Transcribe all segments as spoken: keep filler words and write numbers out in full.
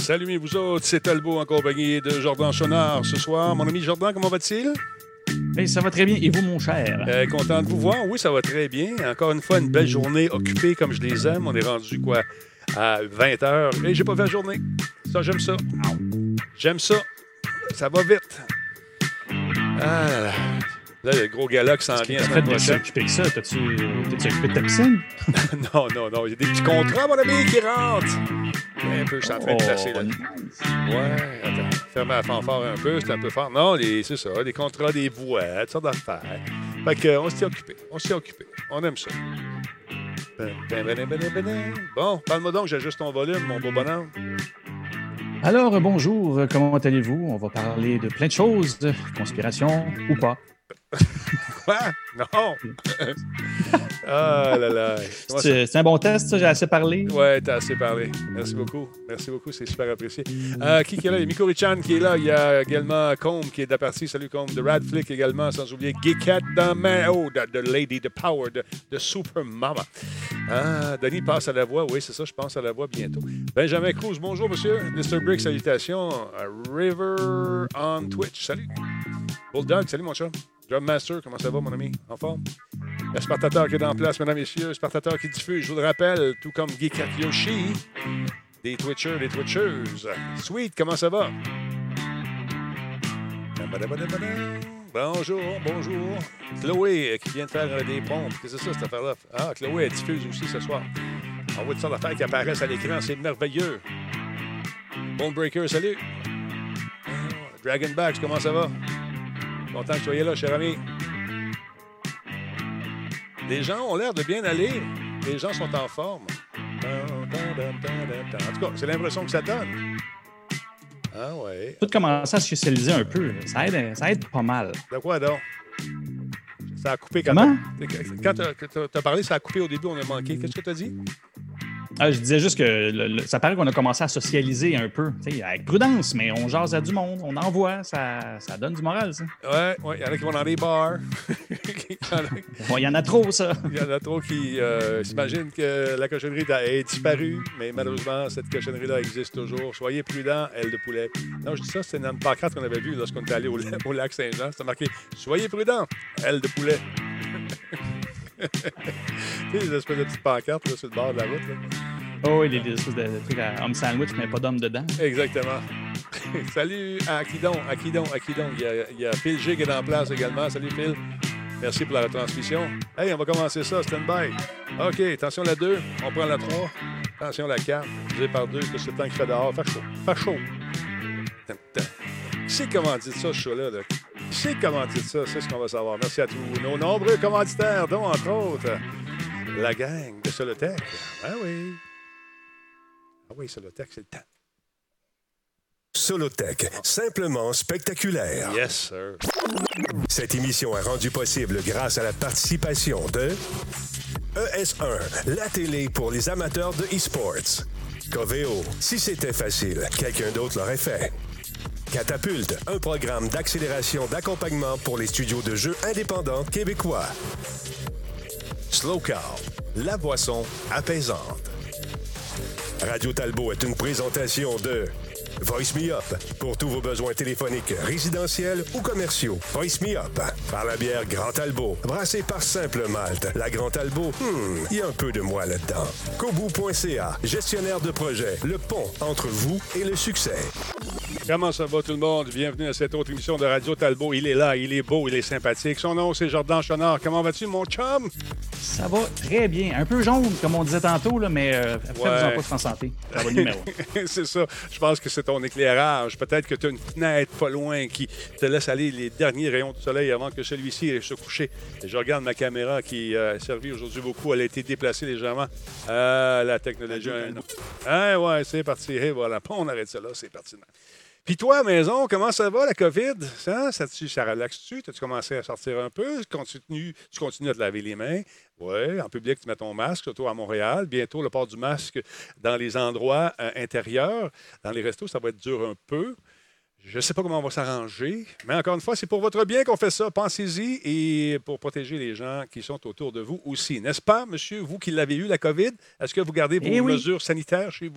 Salut, mes vous autres, c'est Talbot en compagnie de Jordan Chonard ce soir. Mon ami Jordan, comment va-t-il? Hey, ça va très bien. Et vous, mon cher? Euh, content de vous voir. Oui, ça va très bien. Encore une fois, une belle journée occupée comme je les aime. On est rendu, quoi, à vingt heures. Et j'ai pas fait la journée. Ça, j'aime ça. J'aime ça. Ça va vite. Ah là là. Là, le gros gala qui s'en vient. T'as fait de s'occuper de ça? T'as-tu occupé de ta piscine? non, non, non. Il y a des petits contrats, mon ami, qui rentrent. Un peu, je suis en train de placer là. Ouais, attends. Ferme la fanfare un peu, c'est un peu fort. Non, les, c'est ça, des contrats, des boîtes, toutes sortes d'affaires. Fait qu'on s'y est occupé. On s'y est occupé. On aime ça. Bon, parle-moi donc, j'ajuste ton volume, mon beau bonhomme. Alors, bonjour, comment allez-vous? On va parler de plein de choses, conspiration ou pas. Quoi? Non! Ah là là! C'est, c'est un bon test, ça? J'ai assez parlé? Ouais, t'as assez parlé. Merci beaucoup. Merci beaucoup, c'est super apprécié. Euh, qui, qui est là? Il y a Miko Richan qui est là. Il y a également Combe qui est de la partie. Salut Combe. The Rad Flick également, sans oublier Geekette de Man. Oh, the Lady, the Power, de, de Super Mama. Ah, Denis passe à la voix. Oui, c'est ça, je pense à la voix bientôt. Benjamin Cruz, bonjour monsieur. mister Brick, salutations. River on Twitch, salut. Bulldog, salut mon chat. Drum Master, comment ça va, mon ami? En forme? Le Spartateur qui est en place, mesdames et messieurs. Spartateur qui diffuse, je vous le rappelle, tout comme Geekat Yoshi. Des Twitchers, des Twitchers. Sweet, comment ça va? Bonjour, bonjour. Chloé qui vient de faire des pompes. Qu'est-ce que c'est ça, cette affaire-là? Ah, Chloé, elle diffuse aussi ce soir. On voit toutes sortes d'affaires qui apparaissent à l'écran. C'est merveilleux. Bonebreaker, salut. Dragonbacks, comment ça va? Content que tu soyez là, cher ami. Les gens ont l'air de bien aller. Les gens sont en forme. En tout cas, c'est l'impression que ça donne. Ah ouais. Tout commence à se socialiser un peu. Ça aide, ça aide pas mal. De quoi donc? Ça a coupé quand Comment? Quand tu as parlé, ça a coupé au début, on a manqué. Qu'est-ce que tu as dit? Ah, je disais juste que le, le, ça paraît qu'on a commencé à socialiser un peu. Avec prudence, mais on jase à du monde, on envoie, ça, ça donne du moral, ça. Ouais, ouais, il y en a qui vont dans des bars. Bon, il y en a trop, ça. Il y en a trop qui euh, s'imaginent que la cochonnerie est disparue, mais malheureusement, cette cochonnerie-là existe toujours. Soyez prudents, aile de poulet. Non, je dis ça, c'est une pancarte qu'on avait vue lorsqu'on était allé au, au lac Saint-Jean. C'était marqué « Soyez prudents, aile de poulet ». Tu sais, les espèces de petites pancartes là, sur le bord de la route. Là. Oh oui, les espèces de trucs à homme sandwich, mais pas d'homme dedans. Exactement. Salut à qui donc, à qui donc, à qui donc. Il y a, il y a Phil G qui est en place également. Salut Phil. Merci pour la retransmission. Hey, on va commencer ça, stand-by. OK, attention la deux, on prend la trois. Attention la quatre, divisé par deux, c'est le temps qu'il fait dehors. Fait chaud, fait chaud. Qui c'est comment dit ça, ce show-là? Là? Qui c'est comment dit ça? C'est ce qu'on va savoir. Merci à tous nos nombreux commanditaires, dont, entre autres, la gang de Solotech. Ah oui. Ah oui, Solotech, c'est le temps. Solotech, simplement spectaculaire. Yes, sir. Cette émission est rendue possible grâce à la participation de E S un, la télé pour les amateurs de e-sports. Coveo, si c'était facile, quelqu'un d'autre l'aurait fait. Catapulte, un programme d'accélération d'accompagnement pour les studios de jeux indépendants québécois. Slow Cow, la boisson apaisante. Radio Talbot est une présentation de Voice Me Up, pour tous vos besoins téléphoniques, résidentiels ou commerciaux. Voice Me Up, par la bière Grand Talbot, brassée par Simple Malte. La Grand Talbot, hmm, il y a un peu de moi là-dedans. Kobu point C A, gestionnaire de projet, le pont entre vous et le succès. Comment ça va tout le monde? Bienvenue à cette autre émission de Radio Talbot. Il est là, il est beau, il est sympathique. Son nom, c'est Jordan Chonard. Comment vas-tu, mon chum? Ça va très bien. Un peu jaune, comme on disait tantôt, là, mais euh, faites-vous en pas en santé. Ça va le numéro. C'est ça. Je pense que c'est ton éclairage. Peut-être que tu as une fenêtre pas loin qui te laisse aller les derniers rayons du soleil avant que celui-ci aille se coucher. Et je regarde ma caméra qui euh, a servi aujourd'hui beaucoup. Elle a été déplacée légèrement. Euh, la technologie. Ah, ouais, c'est parti. Et voilà. On arrête ça là. C'est parti. Puis toi, maison, comment ça va, la COVID? Ça, ça, ça relaxe-tu? T'as-tu commencé à sortir un peu? Tu continues, tu continues à te laver les mains? Oui, en public, tu mets ton masque, surtout à Montréal. Bientôt, le port du masque dans les endroits euh, intérieurs. Dans les restos, ça va être dur un peu. Je ne sais pas comment on va s'arranger, mais encore une fois, c'est pour votre bien qu'on fait ça. Pensez-y et pour protéger les gens qui sont autour de vous aussi. N'est-ce pas, monsieur, vous qui l'avez eu, la COVID? Est-ce que vous gardez vos eh oui. mesures sanitaires chez vous?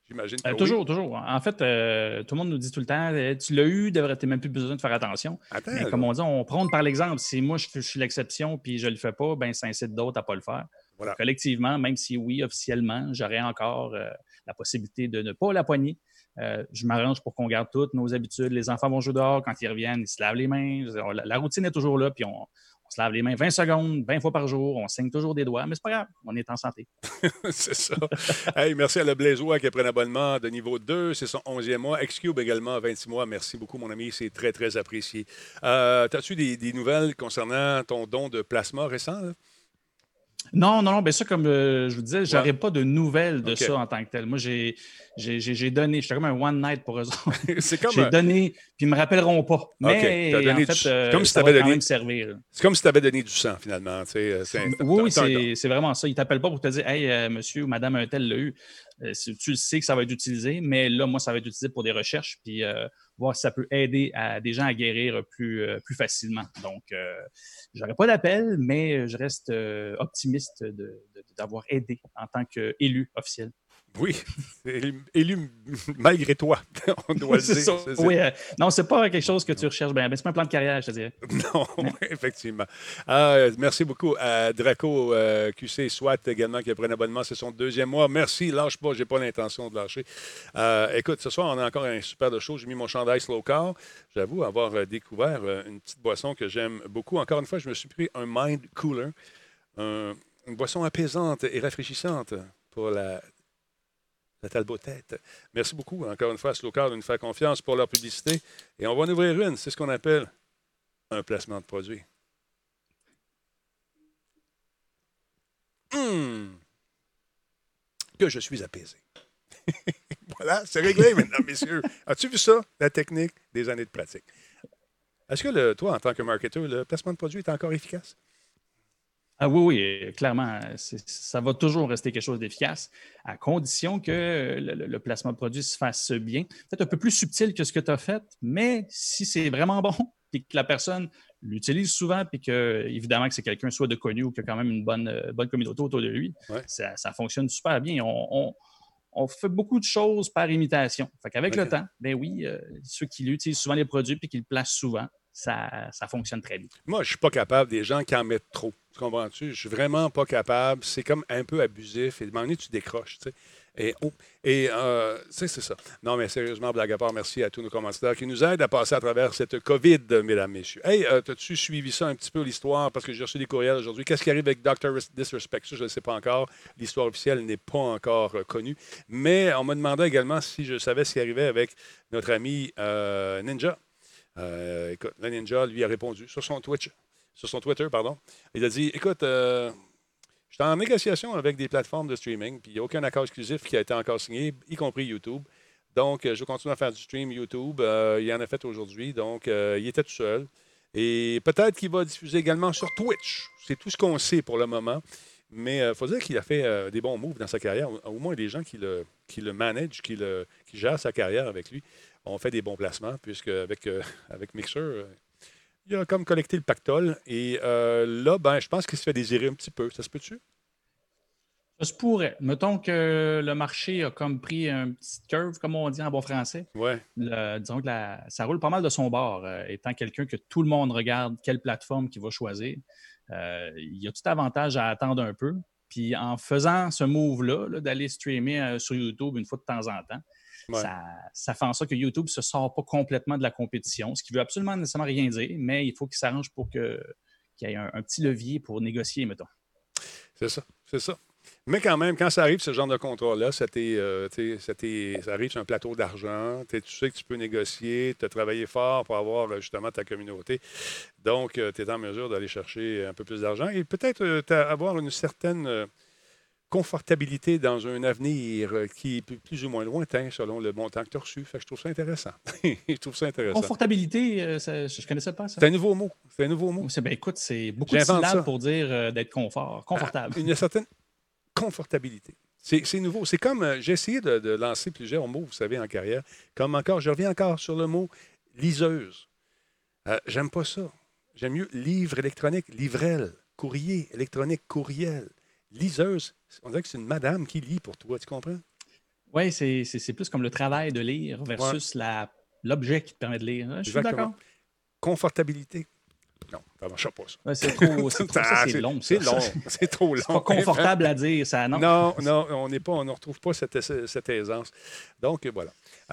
J'imagine que Euh, oui. toujours, toujours. En fait, euh, tout le monde nous dit tout le temps, euh, tu l'as eu, tu n'as même plus besoin de faire attention. Attends, Mais là. comme on dit, on prône par l'exemple. Si moi, je, je suis l'exception puis je ne le fais pas, ben ça incite d'autres à ne pas le faire. Voilà. Donc, collectivement, même si oui, officiellement, j'aurais encore euh, la possibilité de ne pas la poigner, euh, je m'arrange pour qu'on garde toutes nos habitudes. Les enfants vont jouer dehors. Quand ils reviennent, ils se lavent les mains. La, la routine est toujours là, puis on, on se lave les mains vingt secondes, vingt fois par jour. On saigne toujours des doigts, mais c'est pas grave, on est en santé. C'est ça. Hey, merci à Le Blaisois qui a pris un abonnement de niveau deux. C'est son onzième mois. X-Cube également, vingt-six mois. Merci beaucoup, mon ami. C'est très, très apprécié. Euh, As-tu des, des nouvelles concernant ton don de plasma récent? Là? Non, non, non. Ben ça, comme euh, je vous disais, j'aurais Ouais. pas de nouvelles de OK. ça en tant que tel. Moi, j'ai, j'ai, j'ai, j'ai donné. J'étais comme un one night pour eux autres. C'est comme J'ai un- donné, puis ils me rappelleront pas. Mais t'as donné en fait, du- euh, comme si ça t'avais va quand donné- même servir. là. C'est comme si tu avais donné du sang, finalement. tu sais, c'est un- Oui, oui, t'as- t'as un don. c'est, c'est vraiment ça. Ils t'appellent pas pour te dire, hey, euh, monsieur ou madame un tel l'a eu. Euh, si- tu le sais que ça va être utilisé, mais là, moi, ça va être utilisé pour des recherches, puis euh, voir si ça peut aider à, des gens à guérir plus, euh, plus facilement. Donc, euh, j'aurais pas d'appel, mais je reste euh, optimiste de, de- d'avoir aidé en tant qu'élu officiel. Oui, élu, élu malgré toi, on doit le C'est dire. ça. c'est- c'est- Oui, euh, non, c'est pas quelque chose que tu recherches. Ben, ben, c'est pas un plan de carrière, je te dirais. Non, effectivement. Ah, merci beaucoup à Draco euh, Q C SWAT également qui a pris un abonnement. C'est son deuxième mois. Merci, lâche pas, j'ai pas l'intention de lâcher. Euh, écoute, ce soir, on a encore un super de show. J'ai mis mon chandail Slow Car. J'avoue avoir euh, découvert euh, une petite boisson que j'aime beaucoup. Encore une fois, je me suis pris un Mind Cooler, un- une boisson apaisante et rafraîchissante pour la la Talbot-tête. Merci beaucoup, encore une fois, à Slowcar de nous faire confiance pour leur publicité. Et on va en ouvrir une. C'est ce qu'on appelle un placement de produit. Hum! Que je suis apaisé. Voilà, c'est réglé, mesdames, messieurs. As-tu vu ça, la technique des années de pratique? Est-ce que le, toi, en tant que marketeur, le placement de produit est encore efficace? Ah oui, oui, clairement, c'est- ça va toujours rester quelque chose d'efficace, à condition que le, le- le placement de produit se fasse bien. Peut-être un peu plus subtil que ce que tu as fait, mais si c'est vraiment bon, puis que la personne l'utilise souvent, puis que, évidemment, que c'est quelqu'un soit de connu ou qui a quand même une bonne, euh, bonne communauté autour de lui, Ouais. ça, ça fonctionne super bien. On, on- on fait beaucoup de choses par imitation. Fait qu'avec OK. le temps, ben oui, euh, ceux qui utilisent souvent les produits puis qui le placent souvent, ça, ça fonctionne très bien. Moi, je suis pas capable des gens qui en mettent trop. Tu comprends-tu? Je suis vraiment pas capable. C'est comme un peu abusif. Et à un moment donné, tu décroches. Tu sais. Et, oh, et euh, tu sais, c'est ça. Non, mais sérieusement, blague à part, merci à tous nos commanditaires qui nous aident à passer à travers cette COVID, mesdames, messieurs. Hey, euh, as-tu suivi ça un petit peu, l'histoire? Parce que j'ai reçu des courriels aujourd'hui. Qu'est-ce qui arrive avec docteur Disrespect? Ça, je ne le sais pas encore. L'histoire officielle n'est pas encore euh, connue. Mais on m'a demandé également si je savais ce qui arrivait avec notre ami euh, Ninja. Euh, écoute, le Ninja lui a répondu sur son Twitch, sur son Twitter, pardon. Il a dit, écoute, euh, je suis en négociation avec des plateformes de streaming, puis il n'y a aucun accord exclusif qui a été encore signé, y compris YouTube. Donc, euh, je continue à faire du stream YouTube. Euh, il en a fait aujourd'hui, donc euh, il était tout seul. Et peut-être qu'il va diffuser également sur Twitch. C'est tout ce qu'on sait pour le moment. Mais il euh, faut dire qu'il a fait euh, des bons moves dans sa carrière. Au, au moins, les gens qui le, qui le managent, qui, le, qui gèrent sa carrière avec lui, ont fait des bons placements, puisque avec, euh, avec Mixer, euh, il a comme collecté le pactole. Et euh, là, ben, je pense qu'il se fait désirer un petit peu. Ça se peut-tu? Ça se pourrait. Mettons que le marché a comme pris un petit curve, comme on dit en bon français. Ouais. Le- disons que la- ça roule pas mal de son bord, euh, étant quelqu'un que tout le monde regarde quelle plateforme qu'il va choisir. Euh, il y a tout avantage à attendre un peu. Puis en faisant ce move-là, là, d'aller streamer euh, sur YouTube une fois de temps en temps, Ouais. ça, ça fait en sorte que YouTube ne se sort pas complètement de la compétition, ce qui ne veut absolument nécessairement rien dire, mais il faut qu'il s'arrange pour que, qu'il y ait un, un petit levier pour négocier, mettons. C'est ça, c'est ça. Mais quand même, quand ça arrive, ce genre de contrat-là, ça, t'est, euh, t'sais, ça, t'est- ça arrive sur un plateau d'argent. t'es- Tu sais que tu peux négocier, tu as travaillé fort pour avoir euh, justement ta communauté. Donc, tu es en mesure d'aller chercher un peu plus d'argent et peut-être euh, t'as- avoir une certaine euh, confortabilité dans un avenir euh, qui est plus- plus ou moins lointain selon le montant que tu as reçu. Fait que je trouve ça intéressant. je trouve ça intéressant. Confortabilité, euh, ça- je ne connaissais pas ça. C'est un nouveau mot. C'est un nouveau mot. C'est- ben, écoute, c'est beaucoup de J'invente syllabes ça. pour dire euh, d'être confort, confortable. Ah, une certaine confortabilité. C'est, c'est nouveau. C'est comme, euh, j'ai essayé de, de lancer plusieurs mots, vous savez, en carrière. Comme encore, je reviens encore sur le mot liseuse. Euh, j'aime pas ça. J'aime mieux livre électronique, livrel, courrier électronique, courriel. Liseuse, on dirait que c'est une madame qui lit pour toi, tu comprends? Oui, c'est, c'est, c'est plus comme le travail de lire versus ouais. la, l'objet qui te permet de lire. Je suis Exactement. d'accord. Confortabilité. Non, ça ne marche pas, ça. Ouais, c'est trop, c'est, trop, ça, c'est, c'est long. C'est ça. long, c'est trop long. C'est pas confortable à dire, ça, non? Non, non, on n'est pas, on ne retrouve pas cette, cette aisance. Donc, voilà.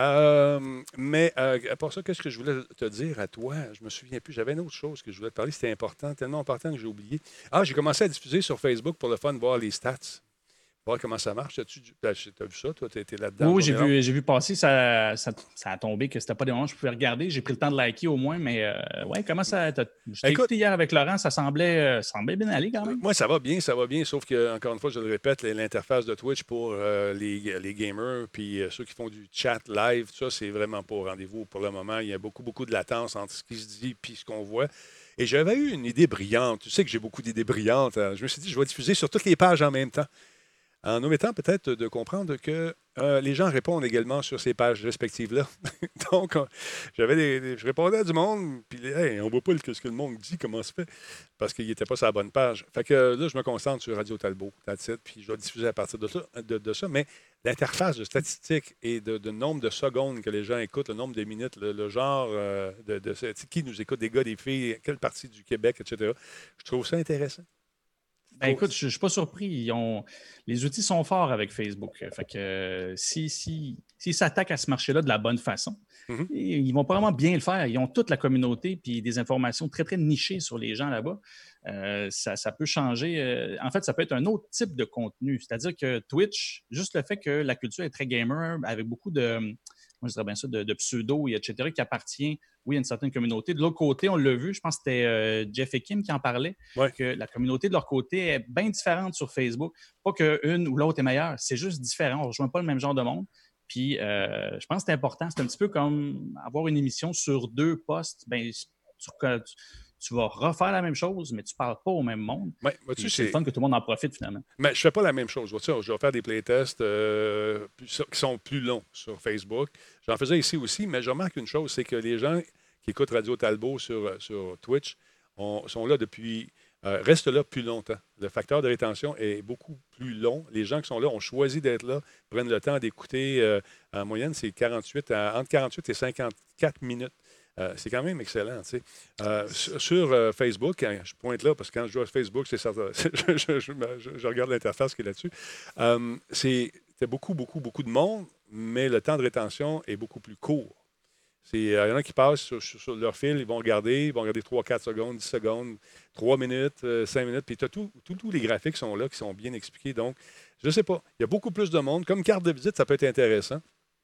Euh, mais, euh, pour ça, qu'est-ce que je voulais te dire à toi? Je me souviens plus. J'avais une autre chose que je voulais te parler. C'était important, tellement important que j'ai oublié. Ah, j'ai commencé à diffuser sur Facebook pour le fun, voir les stats. Voir comment ça marche. As-tu as vu ça? Toi, tu étais là-dedans? Oui, j'ai vu, j'ai vu passer. Ça, ça, ça a tombé que c'était pas des moments que je pouvais regarder. J'ai pris le temps de liker au moins, mais euh, ouais, comment ça. Je t'ai écouté hier avec Laurent, ça semblait, euh, semblait bien aller quand même. Moi, ça va bien, ça va bien, sauf que, encore une fois, je le répète, l'interface de Twitch pour euh, les, les gamers puis euh, ceux qui font du chat live, ça, c'est vraiment pas au rendez-vous pour le moment. Il y a beaucoup, beaucoup de latence entre ce qui se dit et ce qu'on voit. Et j'avais eu une idée brillante. Tu sais que j'ai beaucoup d'idées brillantes. Je me suis dit, je vais diffuser sur toutes les pages en même temps. En omettant peut-être de comprendre que euh, les gens répondent également sur ces pages respectives-là. Donc, euh, j'avais des, des, je répondais à du monde, puis hey, on ne voit pas ce que le monde dit, comment ça se fait, parce qu'il n'était pas sur la bonne page. Fait que là, je me concentre sur Radio Talbot, that's it, puis je vais diffuser à partir de ça. De, de ça. Mais l'interface de statistiques et de, de nombre de secondes que les gens écoutent, le nombre de minutes, le, le genre euh, de, de, de qui nous écoute, des gars, des filles, quelle partie du Québec, et cetera. Je trouve ça intéressant. Ben écoute, je ne suis pas surpris. Ils ont... Les outils sont forts avec Facebook. Fait que euh, s'ils si, si, si s'attaquent à ce marché-là de la bonne façon, mm-hmm. ils vont probablement bien le faire. Ils ont toute la communauté puis des informations très, très nichées sur les gens là-bas. Euh, ça, ça peut changer. Euh, en fait, ça peut être un autre type de contenu. C'est-à-dire que Twitch, juste le fait que la culture est très gamer, avec beaucoup de, moi je dirais bien ça, de, de pseudo et et cetera, qui appartient, oui, à une certaine communauté. De l'autre côté, on l'a vu, je pense que c'était euh, Jeff et Kim qui en parlait, ouais. que la communauté de leur côté est bien différente sur Facebook. Pas qu'une ou l'autre est meilleure, c'est juste différent. On ne rejoint pas le même genre de monde. Puis, euh, je pense que c'est important. C'est un petit peu comme avoir une émission sur deux postes. Ben, tu, tu, tu vas refaire la même chose, mais tu ne parles pas au même monde. Ouais, c'est, c'est le fun que tout le monde en profite finalement. Mais je ne fais pas la même chose. Je vais faire des playtests euh, qui sont plus longs sur Facebook. J'en faisais ici aussi, mais je remarque une chose, c'est que les gens qui écoutent Radio Talbot sur, sur Twitch on, sont là depuis... Euh, restent là plus longtemps. Le facteur de rétention est beaucoup plus long. Les gens qui sont là ont choisi d'être là, prennent le temps d'écouter. Euh, en moyenne, c'est quarante-huit à, entre quarante-huit et cinquante-quatre minutes. Euh, c'est quand même excellent. Tu sais. euh, sur sur euh, Facebook, hein, je pointe là parce que quand je joue à Facebook, c'est certain, je, je, je, je, je regarde l'interface qui est là-dessus. Euh, c'est, c'est beaucoup, beaucoup, beaucoup de monde, mais le temps de rétention est beaucoup plus court. Il y en a qui passent sur, sur, sur leur fil, ils vont regarder, ils vont regarder trois, quatre secondes, dix secondes, trois minutes, euh, cinq minutes, puis tous tout, tout les graphiques sont là, qui sont bien expliqués. Donc, je ne sais pas, il y a beaucoup plus de monde. Comme carte de visite, ça peut être intéressant.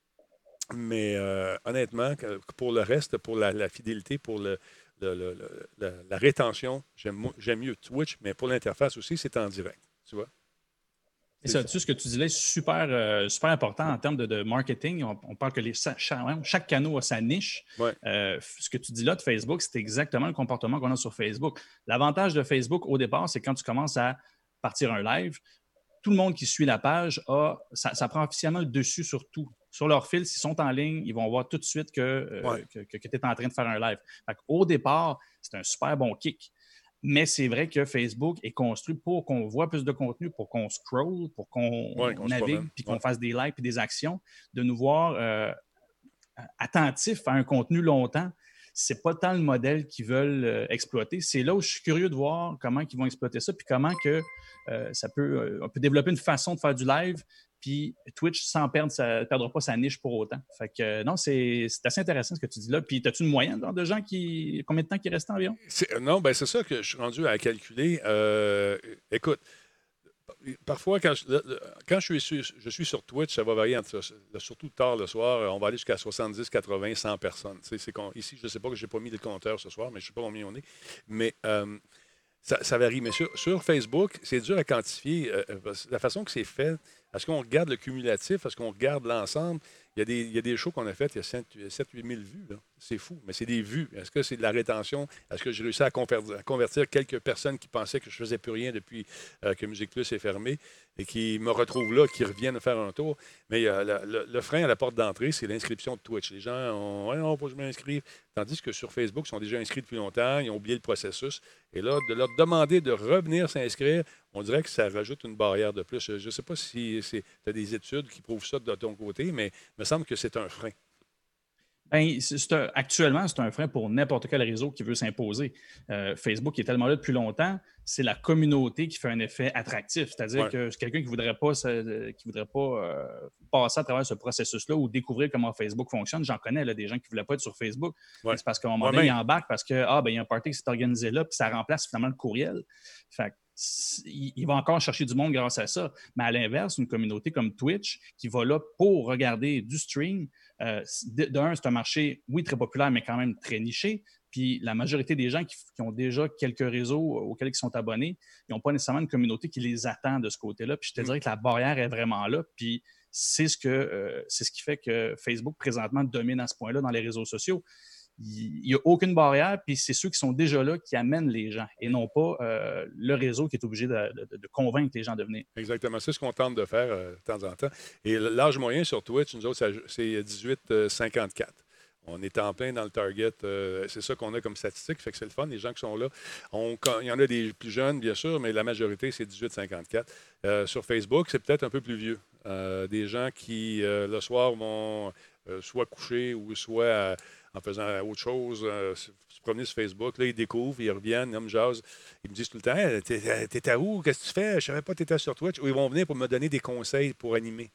Mais euh, honnêtement, pour le reste, pour la, la fidélité, pour le, le, le, le, la, la rétention, j'aime, j'aime mieux Twitch, mais pour l'interface aussi, c'est en direct, tu vois. Et ça, tu sais, ce que tu dis là est super, euh, super important en termes de, de marketing. On, on parle que les, chaque, chaque canal a sa niche. Ouais. Euh, ce que tu dis là de Facebook, c'est exactement le comportement qu'on a sur Facebook. L'avantage de Facebook, au départ, c'est quand tu commences à partir un live, tout le monde qui suit la page, a, ça, ça prend officiellement le dessus sur tout. Sur leur fil, s'ils sont en ligne, ils vont voir tout de suite que, euh, ouais. que, que, que tu es en train de faire un live. Fait au départ, c'est un super bon kick. Mais c'est vrai que Facebook est construit pour qu'on voit plus de contenu, pour qu'on scroll, pour qu'on, ouais, qu'on navigue, puis qu'on ouais. fasse des likes et des actions, de nous voir euh, attentifs à un contenu longtemps. C'est pas tant le modèle qu'ils veulent euh, exploiter. C'est là où je suis curieux de voir comment ils vont exploiter ça, puis comment que euh, ça peut, euh, on peut développer une façon de faire du live, puis Twitch, sans perdre, ça ne perdra pas sa niche pour autant. Fait que euh, non, c'est, c'est assez intéressant ce que tu dis là. Puis, as-tu une moyenne genre, de gens qui. Combien de temps qui restent environ? C'est, non, ben c'est ça que je suis rendu à calculer. Euh, écoute, parfois, quand je, quand je, suis, je suis sur Twitch, ça va varier entre, surtout tard le soir, on va aller jusqu'à soixante-dix, quatre-vingts, cent personnes. C'est, c'est, ici, je ne sais pas que je n'ai pas mis le compteur ce soir, mais je ne sais pas combien on est. Mais. Euh, Ça, ça varie, mais sur, sur Facebook, c'est dur à quantifier. Euh, la façon que c'est fait, est-ce qu'on regarde le cumulatif, est-ce qu'on regarde l'ensemble? Il y a des, il y a des shows qu'on a fait, il y a sept à huit mille vues. Là. c'est fou, mais c'est des vues. Est-ce que c'est de la rétention? Est-ce que j'ai réussi à convertir, à convertir quelques personnes qui pensaient que je ne faisais plus rien depuis euh, que Musique Plus est fermé et qui me retrouvent là, qui reviennent faire un tour? Mais euh, le, le, le frein à la porte d'entrée, c'est l'inscription de Twitch. Les gens ont, ouais, non, faut que je m'inscrive. Tandis que sur Facebook, ils sont déjà inscrits depuis longtemps, ils ont oublié le processus. Et là, de leur demander de revenir s'inscrire, on dirait que ça rajoute une barrière de plus. Je ne sais pas si tu as des études qui prouvent ça de ton côté, mais il me semble que c'est un frein. Bien, c'est, c'est un, actuellement, c'est un frein pour n'importe quel réseau qui veut s'imposer. Euh, Facebook est tellement là depuis longtemps, c'est la communauté qui fait un effet attractif. C'est-à-dire Ouais. que c'est quelqu'un qui ne voudrait pas, se, qui voudrait pas euh, passer à travers ce processus-là ou découvrir comment Facebook fonctionne. J'en connais là, des gens qui ne voulaient pas être sur Facebook. Ouais. Mais c'est parce qu'à un moment Ouais, donné, même. ils embarquent parce que ah, ben, il y a un party qui s'est organisé là, puis ça remplace finalement le courriel. Fait que, il va encore chercher du monde grâce à ça. Mais à l'inverse, une communauté comme Twitch qui va là pour regarder du stream, euh, d'un, c'est un marché, oui, très populaire, mais quand même très niché. Puis la majorité des gens qui, qui ont déjà quelques réseaux auxquels ils sont abonnés, ils n'ont pas nécessairement une communauté qui les attend de ce côté-là. Puis je te dirais que la barrière est vraiment là. Puis c'est ce, que, euh, c'est ce qui fait que Facebook, présentement, domine à ce point-là dans les réseaux sociaux. Il n'y a aucune barrière, puis c'est ceux qui sont déjà là qui amènent les gens et non pas euh, le réseau qui est obligé de, de, de convaincre les gens de venir. Exactement. C'est ce qu'on tente de faire euh, de temps en temps. Et l'âge moyen sur Twitch, nous autres, ça, c'est dix-huit cinquante-quatre. On est en plein dans le target. Euh, c'est ça qu'on a comme statistique. Fait que c'est le fun. Les gens qui sont là, on, il y en a des plus jeunes, bien sûr, mais la majorité, c'est dix-huit cinquante-quatre. Euh, sur Facebook, c'est peut-être un peu plus vieux. Euh, des gens qui, euh, le soir, vont euh, soit coucher ou soit euh, en faisant autre chose, euh, se promener sur Facebook. Là, ils découvrent, ils reviennent, ils me jasent. Ils me disent tout le temps hey, t'es, t'es à où? Qu'est-ce que tu fais? Je ne savais pas que tu étais sur Twitch. Ou ils vont venir pour me donner des conseils pour animer.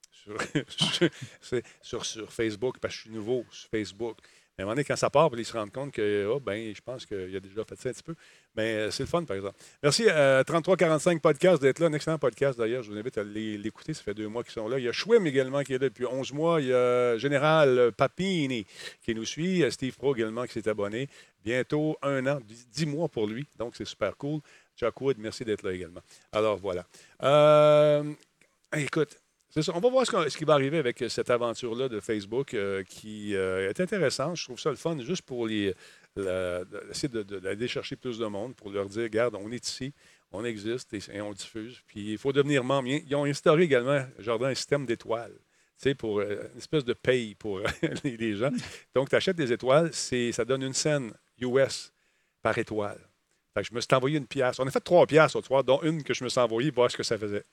Sur, sur, sur Facebook, parce que je suis nouveau sur Facebook. Mais à un moment donné, quand ça part, ils se rendent compte que, oh, ben, je pense qu'il a déjà fait ça un petit peu. Mais c'est le fun, par exemple. Merci à trente-trois quarante-cinq Podcast d'être là. Un excellent podcast, d'ailleurs. Je vous invite à l'écouter. Ça fait deux mois qu'ils sont là. Il y a Schwim également qui est là depuis onze mois. Il y a Général Papini qui nous suit. Steve Pro également qui s'est abonné. Bientôt un an, dix mois pour lui. Donc, c'est super cool. Chuck Wood, merci d'être là également. Alors, voilà. Euh, écoute, c'est ça. On va voir ce, ce qui va arriver avec cette aventure-là de Facebook euh, qui euh, est intéressante. Je trouve ça le fun juste pour les, la, essayer de, de, d'aller chercher plus de monde, pour leur dire, regarde, on est ici, on existe et, et on diffuse. Puis il faut devenir membre. Ils ont instauré également, Jordan, un système d'étoiles. Tu sais, pour euh, une espèce de paye pour les, les gens. Donc, tu achètes des étoiles, c'est, ça donne une scène U S par étoile. Fait que je me suis envoyé une pièce. On a fait trois pièces au soir, dont une que je me suis envoyée, voir ce que ça faisait.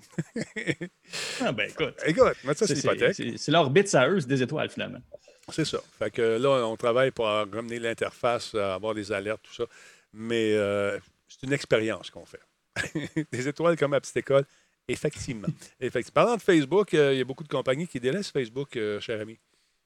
Ah ben écoute. Écoute, mettre ça sur c'est, l'hypothèque. C'est, c'est l'orbite, ça eux, c'est des étoiles, finalement. C'est ça. Fait que là, on travaille pour ramener l'interface, avoir des alertes, tout ça. Mais euh, c'est une expérience qu'on fait. Des étoiles comme à petite école, effectivement. Effectivement. Parlant de Facebook, euh, il y a beaucoup de compagnies qui délaissent Facebook, euh, cher ami.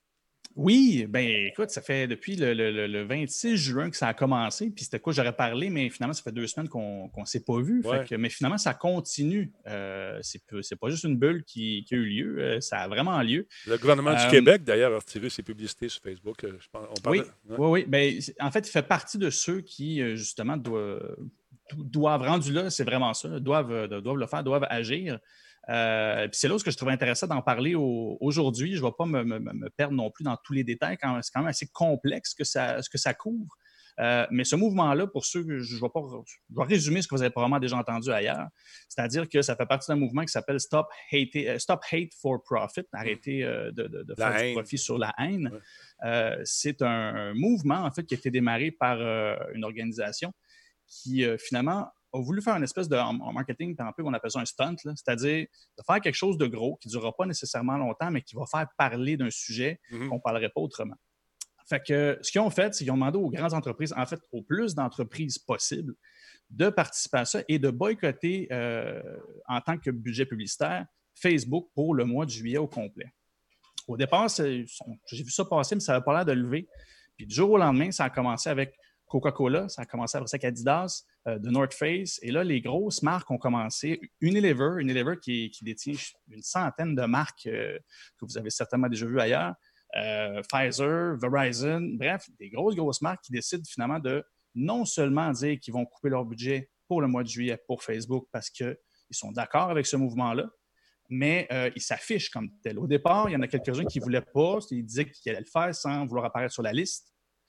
Oui, ben écoute, ça fait depuis le, le, le vingt-six juin que ça a commencé. Puis c'était quoi, j'aurais parlé, mais finalement, ça fait deux semaines qu'on ne s'est pas vu. Ouais. Fait que, mais finalement, ça continue. Euh, c'est, c'est pas juste une bulle qui, qui a eu lieu, euh, ça a vraiment lieu. Le gouvernement euh, du Québec, d'ailleurs, a retiré ses publicités sur Facebook. Je pense, on parle oui, de... ouais. oui, oui. Ben, en fait, il fait partie de ceux qui, justement, doivent, doivent rendu là, c'est vraiment ça, doivent, doivent le faire, doivent agir. Euh, puis c'est là où je trouve intéressant d'en parler au, aujourd'hui. Je ne vais pas me, me, me perdre non plus dans tous les détails. Quand, c'est quand même assez complexe ce que ça, ce que ça couvre. Euh, mais ce mouvement-là, pour ceux que je, je, vais pas, je vais résumer ce que vous avez probablement déjà entendu ailleurs, c'est-à-dire que ça fait partie d'un mouvement qui s'appelle Stop Hate, uh, Stop Hate for Profit, arrêter euh, de, de, de faire la du haine. profit sur la haine. Ouais. Euh, c'est un, un mouvement, en fait, qui a été démarré par euh, une organisation qui, euh, finalement, a voulu faire une espèce de en marketing, un peu qu'on appelle ça un stunt, là, c'est-à-dire de faire quelque chose de gros qui ne durera pas nécessairement longtemps, mais qui va faire parler d'un sujet mm-hmm. qu'on ne parlerait pas autrement. Fait que ce qu'ils ont fait, c'est qu'ils ont demandé aux grandes entreprises, en fait, au plus d'entreprises possibles, de participer à ça et de boycotter euh, en tant que budget publicitaire Facebook pour le mois de juillet au complet. Au départ, c'est, j'ai vu ça passer, mais ça n'avait pas l'air de lever. Puis du jour au lendemain, ça a commencé avec Coca-Cola, ça a commencé après ça avec Adidas, euh, de North Face. Et là, les grosses marques ont commencé. Unilever, Unilever qui, qui détient une centaine de marques euh, que vous avez certainement déjà vues ailleurs. Euh, Pfizer, Verizon, bref, des grosses, grosses marques qui décident finalement de non seulement dire qu'ils vont couper leur budget pour le mois de juillet pour Facebook parce qu'ils sont d'accord avec ce mouvement-là, mais euh, ils s'affichent comme tel. Au départ, il y en a quelques-uns qui ne voulaient pas, ils disaient qu'ils allaient le faire sans vouloir apparaître sur la liste.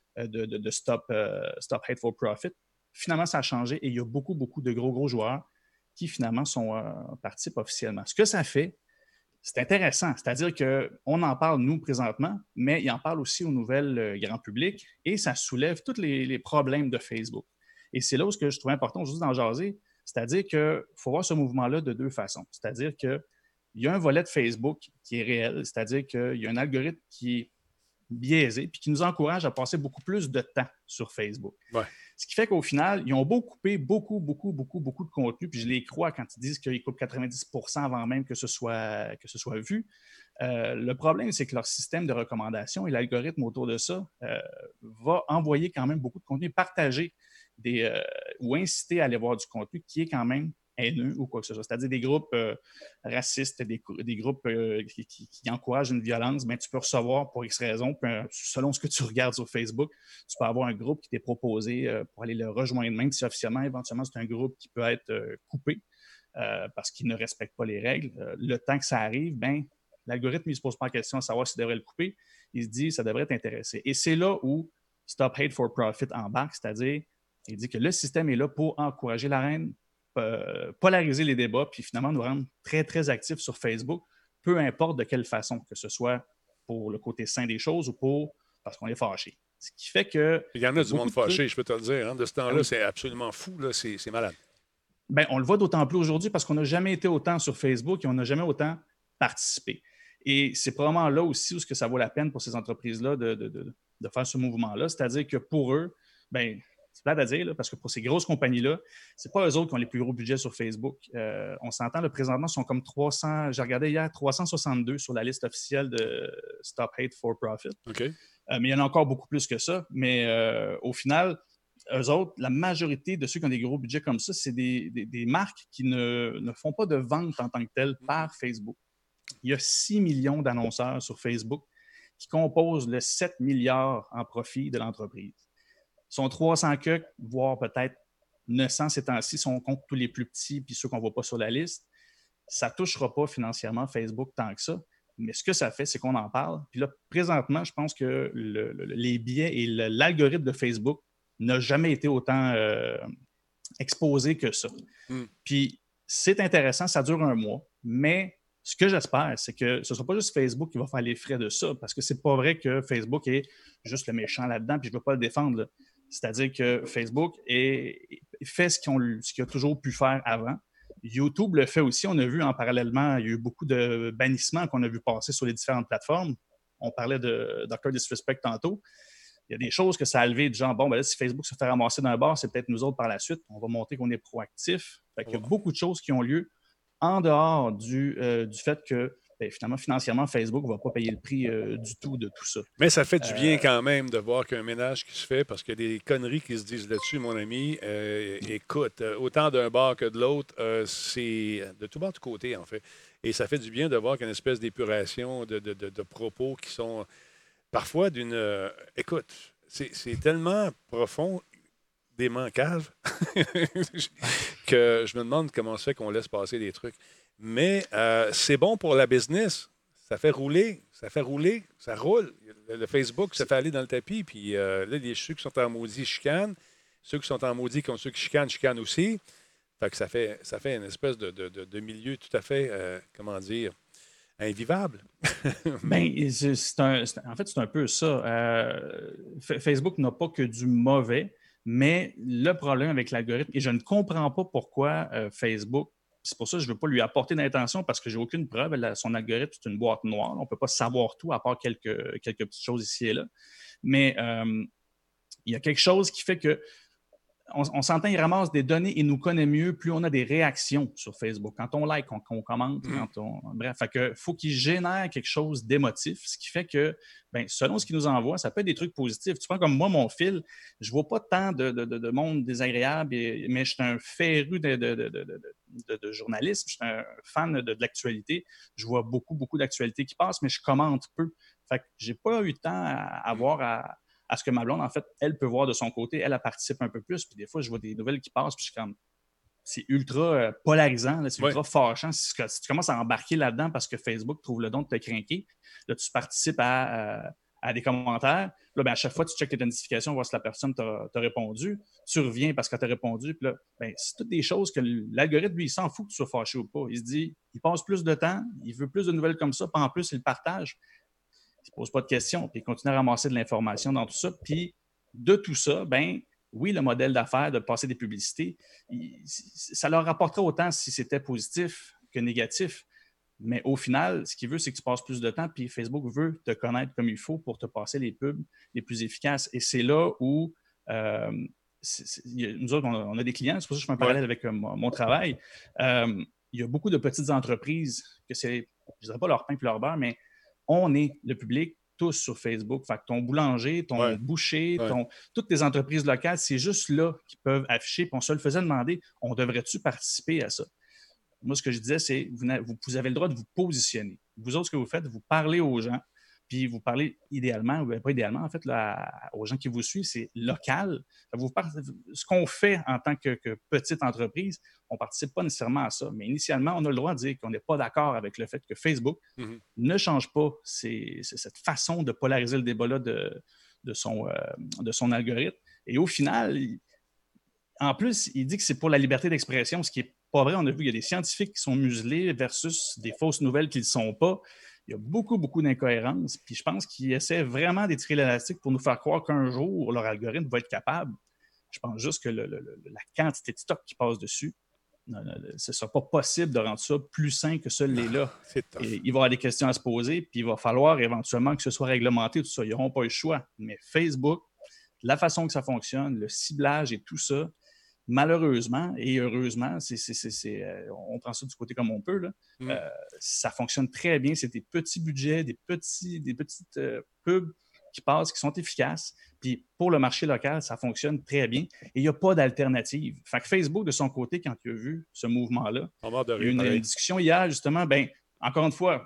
de, de, de Stop, euh, Stop Hate for Profit. Finalement, ça a changé et il y a beaucoup, beaucoup de gros, gros joueurs qui finalement sont euh, participent officiellement. Ce que ça fait, c'est intéressant. C'est-à-dire qu'on en parle, nous, présentement, mais il en parle aussi aux nouvelles euh, grand public et ça soulève tous les, les problèmes de Facebook. Et c'est là où ce que je trouve important aujourd'hui d'en jaser, c'est-à-dire qu'il faut voir ce mouvement-là de deux façons. C'est-à-dire qu'il y a un volet de Facebook qui est réel, c'est-à-dire qu'il y a un algorithme qui est biaisé puis qui nous encourage à passer beaucoup plus de temps sur Facebook. Ouais. Ce qui fait qu'au final, ils ont beau couper beaucoup, beaucoup, beaucoup, beaucoup de contenu, puis je les crois quand ils disent qu'ils coupent quatre-vingt-dix pour cent avant même que ce soit, que ce soit vu. Euh, le problème, c'est que leur système de recommandation et l'algorithme autour de ça euh, va envoyer quand même beaucoup de contenu, partager des, euh, ou inciter à aller voir du contenu qui est quand même haineux ou quoi que ce soit. C'est-à-dire des groupes euh, racistes, des, des groupes euh, qui, qui, qui encouragent une violence, bien, tu peux recevoir pour X raisons, puis, euh, selon ce que tu regardes sur Facebook, tu peux avoir un groupe qui t'est proposé euh, pour aller le rejoindre, même si officiellement, éventuellement, c'est un groupe qui peut être euh, coupé euh, parce qu'il ne respecte pas les règles. Euh, le temps que ça arrive, bien, l'algorithme, il ne se pose pas la question de savoir s'il devrait le couper. Il se dit ça devrait t'intéresser. Et c'est là où Stop Hate for Profit embarque, c'est-à-dire, il dit que le système est là pour encourager la haine, euh, polariser les débats, puis finalement nous rendre très, très actifs sur Facebook, peu importe de quelle façon, que ce soit pour le côté sain des choses ou pour parce qu'on est fâché. Ce qui fait que... Il y en a du monde fâché, trucs... je peux te le dire. Hein. De ce temps-là, oui. C'est absolument fou. Là. C'est, c'est malade. Bien, on le voit d'autant plus aujourd'hui parce qu'on n'a jamais été autant sur Facebook et on n'a jamais autant participé. Et c'est probablement là aussi où ce que ça vaut la peine pour ces entreprises-là de, de, de, de faire ce mouvement-là. C'est-à-dire que pour eux, bien, c'est plate à dire, là, parce que pour ces grosses compagnies-là, c'est pas eux autres qui ont les plus gros budgets sur Facebook. Euh, on s'entend, là, présentement, ils sont comme trois cents, j'ai regardé hier, trois cent soixante-deux sur la liste officielle de Stop Hate for Profit. OK. Euh, mais il y en a encore beaucoup plus que ça. Mais euh, au final, eux autres, la majorité de ceux qui ont des gros budgets comme ça, c'est des, des, des marques qui ne, ne font pas de vente en tant que telle par Facebook. Il y a six millions d'annonceurs sur Facebook qui composent le sept milliards en profit de l'entreprise. Ils sont trois cents que, voire peut-être neuf cents ces temps-ci, si on compte tous les plus petits puis ceux qu'on ne voit pas sur la liste. Ça ne touchera pas financièrement Facebook tant que ça. Mais ce que ça fait, c'est qu'on en parle. Puis là, présentement, je pense que le, le, les biais et le, l'algorithme de Facebook n'a jamais été autant euh, exposé que ça. Mm. Puis c'est intéressant, ça dure un mois, mais ce que j'espère, c'est que ce ne sera pas juste Facebook qui va faire les frais de ça, parce que c'est pas vrai que Facebook est juste le méchant là-dedans, puis je ne veux pas le défendre. Là. C'est-à-dire que Facebook est, fait ce, qu'on, ce qu'il a toujours pu faire avant. YouTube le fait aussi. On a vu en parallèlement, il y a eu beaucoup de bannissements qu'on a vu passer sur les différentes plateformes. On parlait de docteur Disrespect tantôt. Il y a des choses que ça a levé, du genre, bon, ben là, si Facebook se fait ramasser d'un bord, c'est peut-être nous autres par la suite. On va montrer qu'on est proactif. Fait qu'il y a beaucoup de choses qui ont lieu en dehors du, euh, du fait que, bien, finalement, financièrement, Facebook ne va pas payer le prix euh, du tout de tout ça. Mais ça fait du bien euh... quand même de voir qu'il y a un ménage qui se fait parce qu'il y a des conneries qui se disent là-dessus, mon ami. Euh, écoute, autant d'un bord que de l'autre, euh, c'est de tout bord, de tout côté, en fait. Et ça fait du bien de voir qu'il y a une espèce d'épuration de, de, de, de propos qui sont parfois d'une... Euh, écoute, c'est, c'est tellement profond, des manquages, que je me demande comment ça fait qu'on laisse passer des trucs. Mais euh, c'est bon pour la business. Ça fait rouler, ça fait rouler, ça roule. Le, le Facebook, ça fait aller dans le tapis. Puis euh, là, les, ceux qui sont en maudit chicanent. Ceux qui sont en maudit comme ceux qui chicanent, chicanent aussi. Fait que ça fait, ça fait une espèce de, de, de, de milieu tout à fait, euh, comment dire, invivable. Bien, c'est, c'est un, c'est, en fait, c'est un peu ça. Euh, Facebook n'a pas que du mauvais, mais le problème avec l'algorithme, et je ne comprends pas pourquoi euh, Facebook, c'est pour ça que je ne veux pas lui apporter d'intention parce que je n'ai aucune preuve. Elle, son algorithme, c'est une boîte noire. On ne peut pas savoir tout à part quelques, quelques petites choses ici et là. Mais euh, il y a quelque chose qui fait que On, on s'entend, il ramasse des données et nous connaît mieux plus on a des réactions sur Facebook. Quand on like, quand on commente, mmh. quand on... Bref, fait que faut qu'il génère quelque chose d'émotif, ce qui fait que, ben, selon ce qu'il nous envoie, ça peut être des trucs positifs. Tu prends comme moi, mon fil, je vois pas tant de, de, de, de monde désagréable, et, mais je suis un féru de, de, de, de, de, de journalisme, je suis un fan de, de l'actualité. Je vois beaucoup, beaucoup d'actualités qui passent, mais je commente peu. Fait que j'ai pas eu le temps à avoir à... à ce que ma blonde, en fait, elle peut voir de son côté. Elle, elle participe un peu plus. Puis des fois, je vois des nouvelles qui passent. Puis je suis comme, c'est ultra euh, polarisant. Là, c'est ultra ouais. fâchant. Si, si tu commences à embarquer là-dedans parce que Facebook trouve le don de te craquer, là, tu participes à, euh, à des commentaires. Là, ben, à chaque fois, tu checkes tes notifications, voir si la personne t'a, t'a répondu. Tu reviens parce qu'elle t'a répondu. Puis là, ben, c'est toutes des choses que l'algorithme, lui, il s'en fout que tu sois fâché ou pas. Il se dit, il passe plus de temps, il veut plus de nouvelles comme ça, puis en plus, il le partage. Il ne pose pas de questions, puis il continue à ramasser de l'information dans tout ça. Puis de tout ça, ben oui, le modèle d'affaires de passer des publicités, il, ça leur rapporterait autant si c'était positif que négatif. Mais au final, ce qu'il veut, c'est que tu passes plus de temps, puis Facebook veut te connaître comme il faut pour te passer les pubs les plus efficaces. Et c'est là où euh, c'est, c'est, nous autres, on a, on a des clients, c'est pour ça que je fais un parallèle avec euh, mon, mon travail. Euh, il y a beaucoup de petites entreprises que c'est, je ne dirais pas leur pain et leur beurre, mais on est le public tous sur Facebook. Fait que ton boulanger, ton ouais. boucher, ouais. ton, toutes tes entreprises locales, c'est juste là qu'ils peuvent afficher. Puis on se le faisait demander, on devrait-tu participer à ça? Moi, ce que je disais, c'est vous, vous avez le droit de vous positionner. Vous autres, ce que vous faites, vous parlez aux gens, puis vous parlez idéalement, ou pas idéalement, en fait, là, aux gens qui vous suivent, c'est local. Vous parlez, ce qu'on fait en tant que, que petite entreprise, on ne participe pas nécessairement à ça. Mais initialement, on a le droit de dire qu'on n'est pas d'accord avec le fait que Facebook mm-hmm. ne change pas ces, cette façon de polariser le débat-là de, de, son, euh, de son algorithme. Et au final, il, en plus, il dit que c'est pour la liberté d'expression, ce qui est pas vrai. On a vu qu'il y a des scientifiques qui sont muselés versus des fausses nouvelles qui ne le sont pas. Il y a beaucoup, beaucoup d'incohérences. Puis je pense qu'ils essaient vraiment d'étirer l'élastique pour nous faire croire qu'un jour, leur algorithme va être capable. Je pense juste que le, le, le, la quantité de stock qui passe dessus, ce ne sera pas possible de rendre ça plus sain que celui-là. Et il va y avoir des questions à se poser, puis il va falloir éventuellement que ce soit réglementé, tout ça. Ils n'auront pas le choix. Mais Facebook, la façon que ça fonctionne, le ciblage et tout ça, malheureusement et heureusement, c'est, c'est, c'est, c'est, euh, on prend ça du côté comme on peut, là. Mm. Euh, ça fonctionne très bien. C'est des petits budgets, des, petits, des petites euh, pubs qui passent, qui sont efficaces. Puis pour le marché local, ça fonctionne très bien. Et il n'y a pas d'alternative. Fait que Facebook, de son côté, quand il a vu ce mouvement-là, il y a eu une, une discussion hier, justement, ben encore une fois,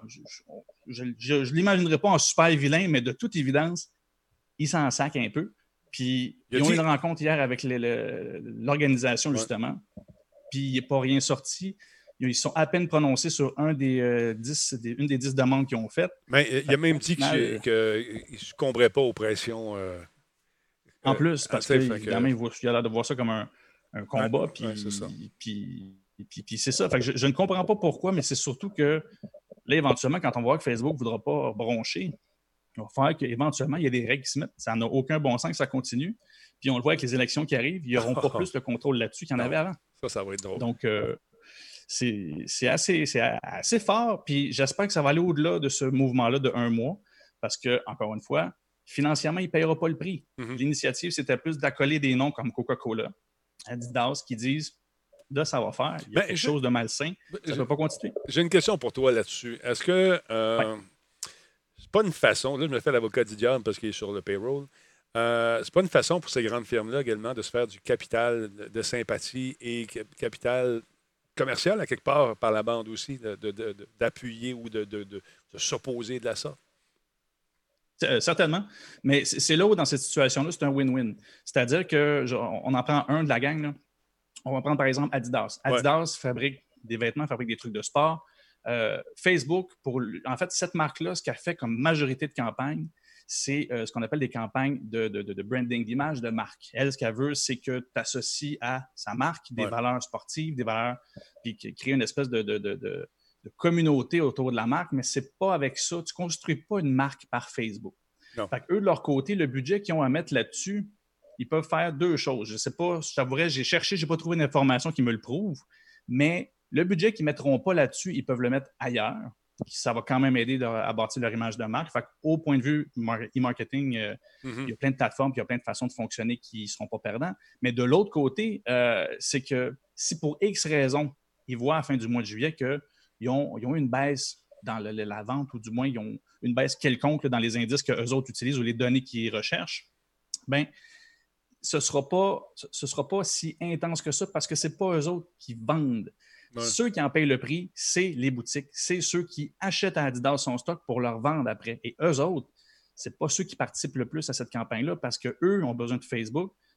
je ne l'imaginerai pas en super vilain, mais de toute évidence, il s'en sac un peu. Puis, ils ont eu une rencontre hier avec le, le, l'organisation, justement. Ouais. Puis, il n'est pas rien sorti. Ils sont à peine prononcés sur un des, euh, dix, des, une des dix demandes qu'ils ont faites. Mais il a même dit qu'il ne succomberait pas aux pressions. Euh, en plus, parce que, évidemment, que... il a l'air de voir ça comme un, un combat. Ouais, puis, ouais, c'est ça. Puis, puis, puis, c'est ça. Fait que je, je ne comprends pas pourquoi, mais c'est surtout que, là, éventuellement, quand on voit que Facebook ne voudra pas broncher, il va falloir qu'éventuellement, il y ait des règles qui se mettent. Ça n'a aucun bon sens que ça continue. Puis on le voit avec les élections qui arrivent, ils n'auront pas plus le contrôle là-dessus qu'il y en non. avait avant. Ça, ça va être drôle. Donc, euh, c'est, c'est, assez, c'est assez fort. Puis j'espère que ça va aller au-delà de ce mouvement-là de un mois. Parce que, encore une fois, financièrement, il ne payera pas le prix. Mm-hmm. L'initiative, c'était plus d'accoler des noms comme Coca-Cola, Adidas, qui disent là, ça va faire. Il y a ben, quelque je... chose de malsain. Ça ne peut pas continuer. J'ai une question pour toi là-dessus. Est-ce que... Euh... Ouais. C'est pas une façon, là je me fais l'avocat du diable parce qu'il est sur le payroll, euh, c'est pas une façon pour ces grandes firmes-là également de se faire du capital de sympathie et capital commercial à quelque part par la bande aussi, de, de, de, d'appuyer ou de, de, de, de s'opposer de la sorte? Euh, certainement, mais c'est là où dans cette situation-là, c'est un win-win. C'est-à-dire qu'on en prend un de la gang, là. On va prendre par exemple Adidas. Adidas ouais. fabrique des vêtements, fabrique des trucs de sport. Euh, Facebook, pour, en fait, cette marque-là, ce qu'elle fait comme majorité de campagnes, c'est euh, ce qu'on appelle des campagnes de, de, de branding, d'image de marque. Elle, ce qu'elle veut, c'est que tu associes à sa marque des ouais. valeurs sportives, des valeurs, puis créer une espèce de, de, de, de, de communauté autour de la marque, mais c'est pas avec ça. Tu ne construis pas une marque par Facebook. Non. Fait qu'eux, de leur côté, le budget qu'ils ont à mettre là-dessus, ils peuvent faire deux choses. Je ne sais pas, je t'avouerais, j'ai cherché, je n'ai pas trouvé une information qui me le prouve, mais le budget qu'ils ne mettront pas là-dessus, ils peuvent le mettre ailleurs. Ça va quand même aider à bâtir leur image de marque. Fait au point de vue e-marketing, euh, mm-hmm. il y a plein de plateformes, puis il y a plein de façons de fonctionner qui ne seront pas perdants. Mais de l'autre côté, euh, c'est que si pour X raisons, ils voient à la fin du mois de juillet qu'ils ont, ils ont une baisse dans le, la vente, ou du moins ils ont une baisse quelconque là, dans les indices qu'eux autres utilisent ou les données qu'ils recherchent, bien, ce ne sera pas, ce sera pas si intense que ça parce que ce n'est pas eux autres qui vendent. Ouais. Ceux qui en payent le prix, c'est les boutiques. C'est ceux qui achètent à Adidas son stock pour leur vendre après. Et eux autres, ce n'est pas ceux qui participent le plus à cette campagne-là parce qu'eux ont besoin de Facebook.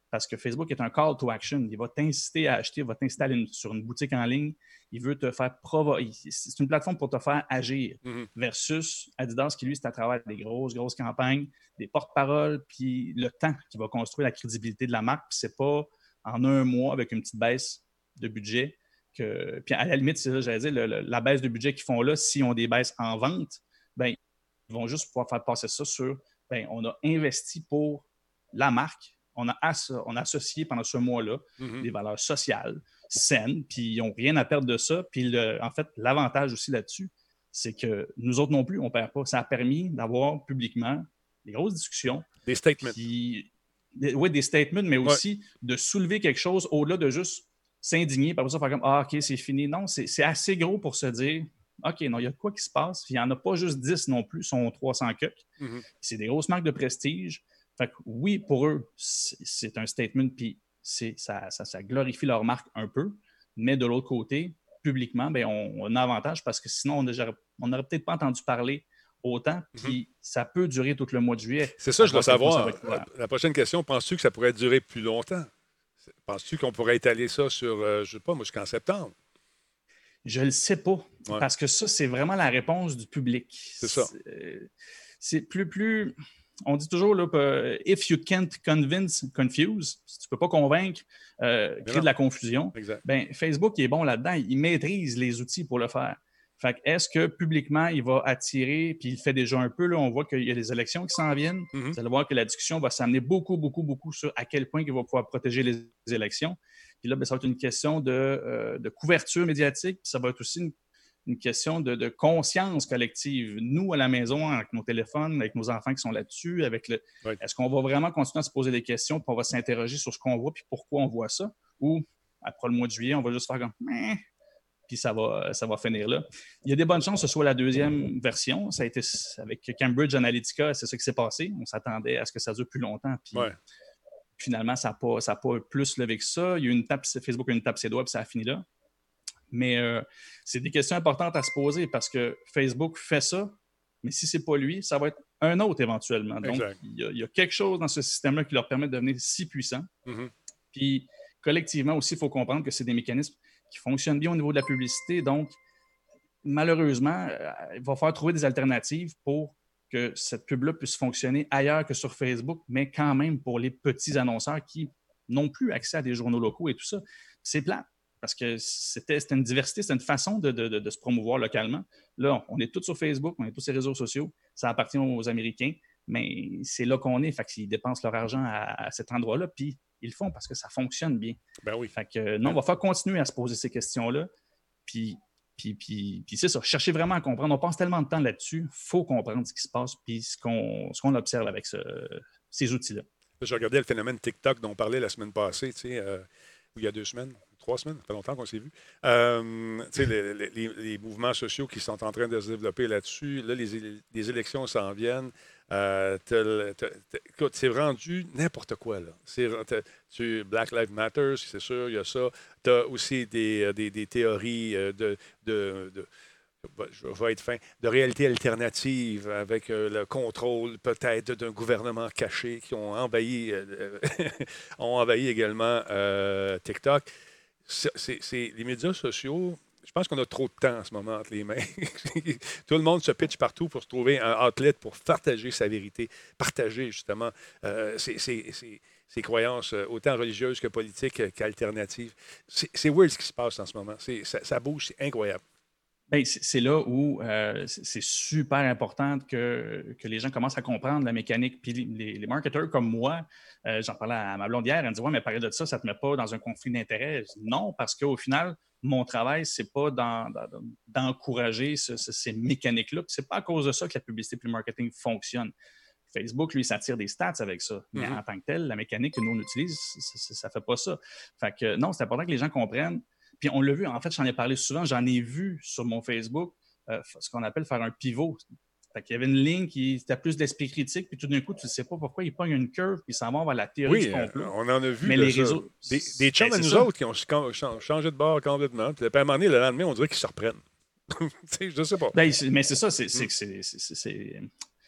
parce que Facebook est un call to action. Il va t'inciter à acheter, il va t'inciter à aller sur une boutique en ligne. Il veut te faire provoquer. C'est une plateforme pour te faire agir mm-hmm. versus Adidas qui, lui, c'est à travers des grosses, grosses campagnes, des porte-paroles, puis le temps qui va construire la crédibilité de la marque. Puis c'est pas en un mois avec une petite baisse de budget. Que, puis à la limite, c'est ça, j'allais dire, le, le, la baisse de budget qu'ils font là, si on des baisses en vente, ben ils vont juste pouvoir faire passer ça sur, ben on a investi pour la marque, on a, asso- on a associé pendant ce mois-là mm-hmm. des valeurs sociales, saines, puis ils n'ont rien à perdre de ça. Puis le, en fait, l'avantage aussi là-dessus, c'est que nous autres non plus, on ne perd pas. Ça a permis d'avoir publiquement des grosses discussions. Des statements. Puis, des, oui, des statements, mais aussi ouais. de soulever quelque chose au-delà de juste s'indigner, par ça, faire comme « Ah, OK, c'est fini ». Non, c'est, c'est assez gros pour se dire « OK, non, il y a de quoi qui se passe ». Il n'y en a pas juste dix non plus, ils sont trois cents cucs. Mm-hmm. C'est des grosses marques de prestige. Fait que oui, pour eux, c'est, c'est un statement, puis c'est, ça, ça, ça glorifie leur marque un peu. Mais de l'autre côté, publiquement, bien, on, on a un avantage parce que sinon, on n'aurait peut-être pas entendu parler autant, puis mm-hmm. ça peut durer tout le mois de juillet. C'est ça, je dois savoir. La, la prochaine question, penses-tu que ça pourrait durer plus longtemps? Penses-tu qu'on pourrait étaler ça sur, euh, je ne sais pas, moi, jusqu'en septembre? Je ne le sais pas. Ouais. Parce que ça, c'est vraiment la réponse du public. C'est ça. C'est, c'est plus, plus... On dit toujours, là, « if you can't convince, confuse ». Si tu ne peux pas convaincre, euh, créer de la confusion. Ben, Facebook, il est bon là-dedans. Il maîtrise les outils pour le faire. Fait que est-ce que publiquement, il va attirer, puis il le fait déjà un peu, là, on voit qu'il y a des élections qui s'en viennent. Mm-hmm. Vous allez voir que la discussion va s'amener beaucoup, beaucoup, beaucoup sur à quel point il va pouvoir protéger les élections. Puis là, bien, ça va être une question de, euh, de couverture médiatique, puis ça va être aussi une, une question de, de conscience collective. Nous, à la maison, avec nos téléphones, avec nos enfants qui sont là-dessus, avec le, oui. est-ce qu'on va vraiment continuer à se poser des questions, puis on va s'interroger sur ce qu'on voit, puis pourquoi on voit ça? Ou, après le mois de juillet, on va juste faire comme... Meh, puis ça va, ça va finir là. Il y a des bonnes chances que ce soit la deuxième version. Ça a été avec Cambridge Analytica, c'est ça qui s'est passé. On s'attendait à ce que ça dure plus longtemps. Puis ouais. finalement, ça n'a pas, ça pas plus levé que ça. Il y a eu une tape, Facebook a eu une tape ses doigts, puis ça a fini là. Mais euh, c'est des questions importantes à se poser parce que Facebook fait ça, mais si ce n'est pas lui, ça va être un autre éventuellement. Donc, il y, a, il y a quelque chose dans ce système-là qui leur permet de devenir si puissant. Mm-hmm. Puis, collectivement aussi, il faut comprendre que c'est des mécanismes qui fonctionnent bien au niveau de la publicité. Donc, malheureusement, il va falloir trouver des alternatives pour que cette pub-là puisse fonctionner ailleurs que sur Facebook, mais quand même pour les petits annonceurs qui n'ont plus accès à des journaux locaux et tout ça. C'est plate, parce que c'était, c'était une diversité, c'était une façon de, de, de, de se promouvoir localement. Là, on est tous sur Facebook, on est tous sur les réseaux sociaux, ça appartient aux Américains, mais c'est là qu'on est, fait qu'ils dépensent leur argent à, à cet endroit-là, puis ils le font parce que ça fonctionne bien. Ben oui. Fait que non, on va falloir continuer à se poser ces questions-là. Puis, puis, puis, puis c'est ça, chercher vraiment à comprendre. On passe tellement de temps là-dessus, il faut comprendre ce qui se passe puis ce qu'on, ce qu'on observe avec ce, ces outils-là. J'ai regardé le phénomène TikTok dont on parlait la semaine passée, tu sais, euh, il y a deux semaines, trois semaines, ça fait longtemps qu'on s'est vu. Euh, tu sais, les, les, les mouvements sociaux qui sont en train de se développer là-dessus, là, les, les élections s'en viennent. Euh, t'as, t'as, t'as, écoute, c'est rendu n'importe quoi, là. C'est, tu, Black Lives Matter, c'est sûr, il y a ça. Tu as aussi des, des, des théories de, de, de, de je vais être fin, de réalité alternative avec euh, le contrôle peut-être d'un gouvernement caché qui ont envahi, euh, ont envahi également euh, TikTok. C'est, c'est, c'est, les médias sociaux... Je pense qu'on a trop de temps en ce moment entre les mains. Tout le monde se pitche partout pour se trouver un outlet pour partager sa vérité, partager justement euh, ses, ses, ses, ses croyances, autant religieuses que politiques qu'alternatives. C'est, c'est weird ce qui se passe en ce moment. C'est, ça, ça bouge, c'est incroyable. Bien, c'est, c'est là où euh, c'est super important que, que les gens commencent à comprendre la mécanique. Puis les, les marketeurs comme moi, euh, j'en parlais à ma blonde hier, elle me dit « Ouais, mais parler de ça, ça ne te met pas dans un conflit d'intérêts. » Non, parce qu'au final, mon travail, ce n'est pas dans, dans, d'encourager ce, ce, ces mécaniques-là. Ce n'est pas à cause de ça que la publicité et le marketing fonctionnent. Facebook, lui, ça tire des stats avec ça. Mais mm-hmm. en tant que tel, la mécanique que nous, on utilise, ça ne fait pas ça. Fait que non, c'est important que les gens comprennent. Puis on l'a vu, en fait, j'en ai parlé souvent, j'en ai vu sur mon Facebook euh, ce qu'on appelle faire un pivot. Fait qu'il y avait une ligne qui était plus d'esprit critique, puis tout d'un coup, tu ne sais pas pourquoi il pogne une curve, puis ça va vers la théorie oui, du complot. Oui, on en a vu. Mais de les ça. réseaux... Des, des chums à nous ça. Autres qui ont changé de bord complètement. Puis à un moment donné, le lendemain, on dirait qu'ils se reprennent. Je ne sais pas. Ben, mais c'est ça, c'est, c'est, c'est, c'est, c'est,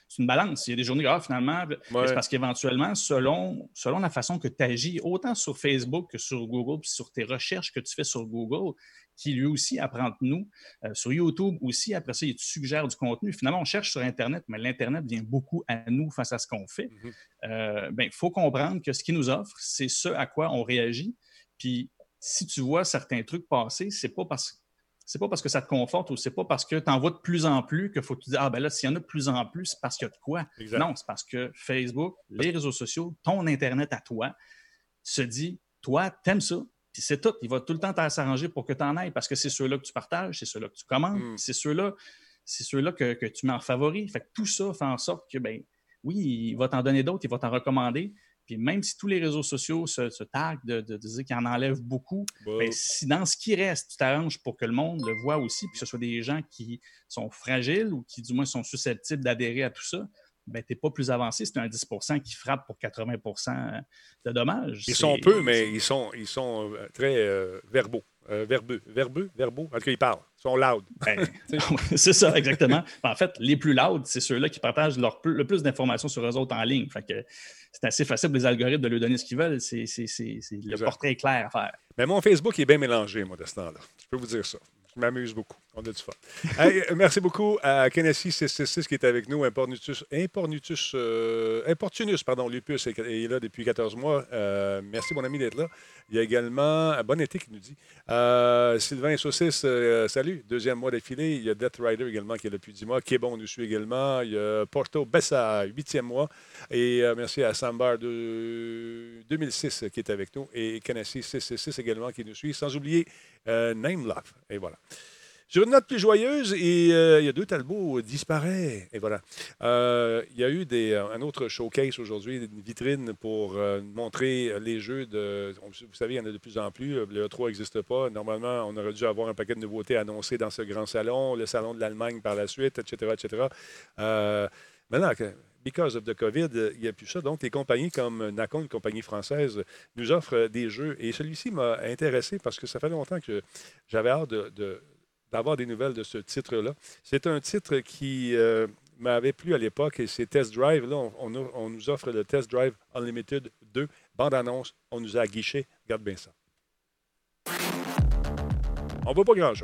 c'est une balance. Il y a des journées, ah, finalement, ouais. c'est parce qu'éventuellement, selon, selon la façon que tu agis, autant sur Facebook que sur Google, puis sur tes recherches que tu fais sur Google, qui lui aussi apprend de nous. Euh, sur YouTube aussi, après ça, il te suggère du contenu. Finalement, on cherche sur Internet, mais l'Internet vient beaucoup à nous face à ce qu'on fait. Il mm-hmm. euh, ben, faut comprendre que ce qu'il nous offre, c'est ce à quoi on réagit. Puis, si tu vois certains trucs passer, c'est pas parce que C'est pas parce que ça te conforte ou c'est pas parce que tu en vois de plus en plus qu'il faut te dire « Ah, ben là, s'il y en a de plus en plus, c'est parce qu'il y a de quoi? » Non, c'est parce que Facebook, les réseaux sociaux, ton Internet à toi, se dit « Toi, t'aimes ça. » Puis c'est tout. Il va tout le temps s'arranger pour que tu en ailles parce que c'est ceux-là que tu partages, c'est ceux-là que tu commandes, mm. c'est ceux-là, c'est ceux-là que, que tu mets en favori. Fait que tout ça fait en sorte que, ben oui, il va t'en donner d'autres, il va t'en recommander. Puis même si tous les réseaux sociaux se, se taguent de, de, de dire qu'ils en enlèvent beaucoup, wow. ben, si dans ce qui reste, tu t'arranges pour que le monde le voit aussi, puis que ce soit des gens qui sont fragiles ou qui, du moins, sont susceptibles d'adhérer à tout ça, ben, tu n'es pas plus avancé. C'est un dix pour cent qui frappe pour quatre-vingts pour cent de dommages. Ils sont peu, mais ils sont, ils sont très euh, verbaux. Euh, verbeux, verbeux, verbaux. En tout cas, ils parlent. Ils sont loud. Ben, c'est ça, exactement. En fait, les plus loud, c'est ceux-là qui partagent leur, le plus d'informations sur eux autres en ligne. Fait que c'est assez facile pour les algorithmes de leur donner ce qu'ils veulent. C'est, c'est, c'est, c'est le exact. Portrait est clair à faire. Mais mon Facebook est bien mélangé, moi, de ce temps-là. Je peux vous dire ça. Je m'amuse beaucoup. On a du fun. Hey, merci beaucoup à Kennedy six cent soixante-six qui est avec nous. Importunutus, Importunutus, euh, Importunus, pardon, Lupus est, est là depuis quatorze mois. Euh, merci, mon ami, d'être là. Il y a également Bon été qui nous dit. Euh, Sylvain Saucisse, euh, salut. Deuxième mois d'affilée. Il y a Death Rider également qui est là depuis dix mois. Québon nous suit également. Il y a Porto Bessa, huitième mois. Et euh, merci à Sambar de deux mille six qui est avec nous. Et Kennedy six cent soixante-six également qui nous suit. Sans oublier euh, Name Love. Et voilà. Sur une note plus joyeuse, et, euh, il y a deux Talbots disparaissent. Et voilà. Euh, il y a eu des, un autre showcase aujourd'hui, une vitrine pour euh, montrer les jeux. De, vous savez, il y en a de plus en plus. Le E trois n'existe pas. Normalement, on aurait dû avoir un paquet de nouveautés annoncées dans ce grand salon, le salon de l'Allemagne par la suite, et cetera, et cetera. Euh, maintenant, because of the COVID, il n'y a plus ça. Donc, les compagnies comme Nacon, une compagnie française, nous offrent des jeux. Et celui-ci m'a intéressé parce que ça fait longtemps que j'avais hâte de... de d'avoir des nouvelles de ce titre-là. C'est un titre qui euh, m'avait plu à l'époque et c'est Test Drive. Là, on, on, on nous offre le Test Drive Unlimited deux. Bande-annonce, on nous a guiché. Regarde bien ça. On ne voit pas grand-chose.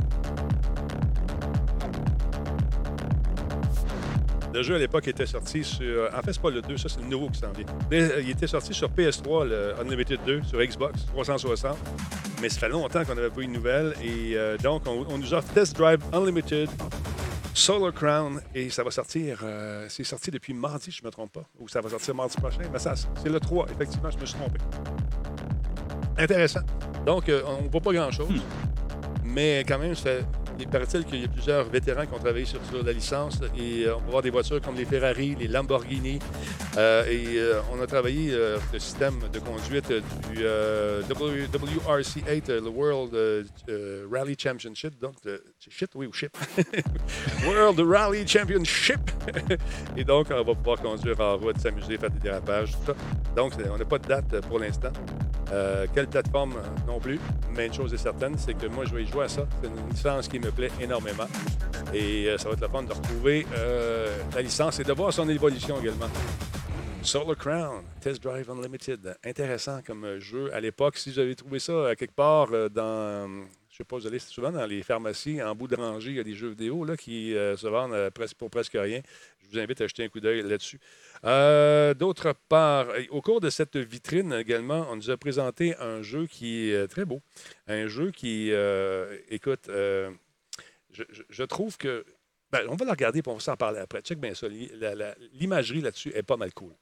Le jeu, à l'époque, était sorti sur... En fait, c'est pas le deux, ça, c'est le nouveau qui s'en vient. Il était sorti sur P S trois, le Unlimited deux, sur Xbox trois cent soixante. Mais ça fait longtemps qu'on n'avait pas eu de nouvelles. Et euh, donc, on, on nous offre Test Drive Unlimited, Solar Crown. Et ça va sortir... Euh, c'est sorti depuis mardi, je ne me trompe pas. Ou ça va sortir mardi prochain. Mais ça, c'est le trois. Effectivement, je me suis trompé. Intéressant. Donc, euh, on ne voit pas grand-chose. Hmm. Mais quand même, ça fait... Il paraît-il qu'il y a plusieurs vétérans qui ont travaillé sur, sur la licence et euh, on peut voir des voitures comme les Ferrari, les Lamborghini. Euh, et euh, on a travaillé euh, le système de conduite du euh, w, W R C huit, le World euh, euh, Rally Championship. Donc, le, shit, oui, ou ship. World Rally Championship. Et donc, on va pouvoir conduire en route, s'amuser, faire des dérapages, tout ça. Donc, on n'a pas de date pour l'instant. Euh, quelle plateforme non plus, mais une chose est certaine, c'est que moi je vais y jouer à ça. C'est une licence qui me plaît énormément et euh, ça va être la fun de retrouver euh, la licence et de voir son évolution également. Solar Crown, Test Drive Unlimited, intéressant comme jeu à l'époque. Si vous avez trouvé ça à quelque part euh, dans, je sais pas, vous allez souvent dans les pharmacies, en bout de rangée, il y a des jeux vidéo là, qui euh, se vendent euh, presque, pour presque rien. Je vous invite à jeter un coup d'œil là-dessus. Euh, d'autre part, au cours de cette vitrine également, on nous a présenté un jeu qui est très beau. Un jeu qui, euh, écoute, euh, je, je, je trouve que... Ben, on va le regarder et on va s'en parler après. Check bien ça. La, la, l'imagerie là-dessus est pas mal cool.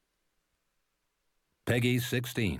Peggy sixteen.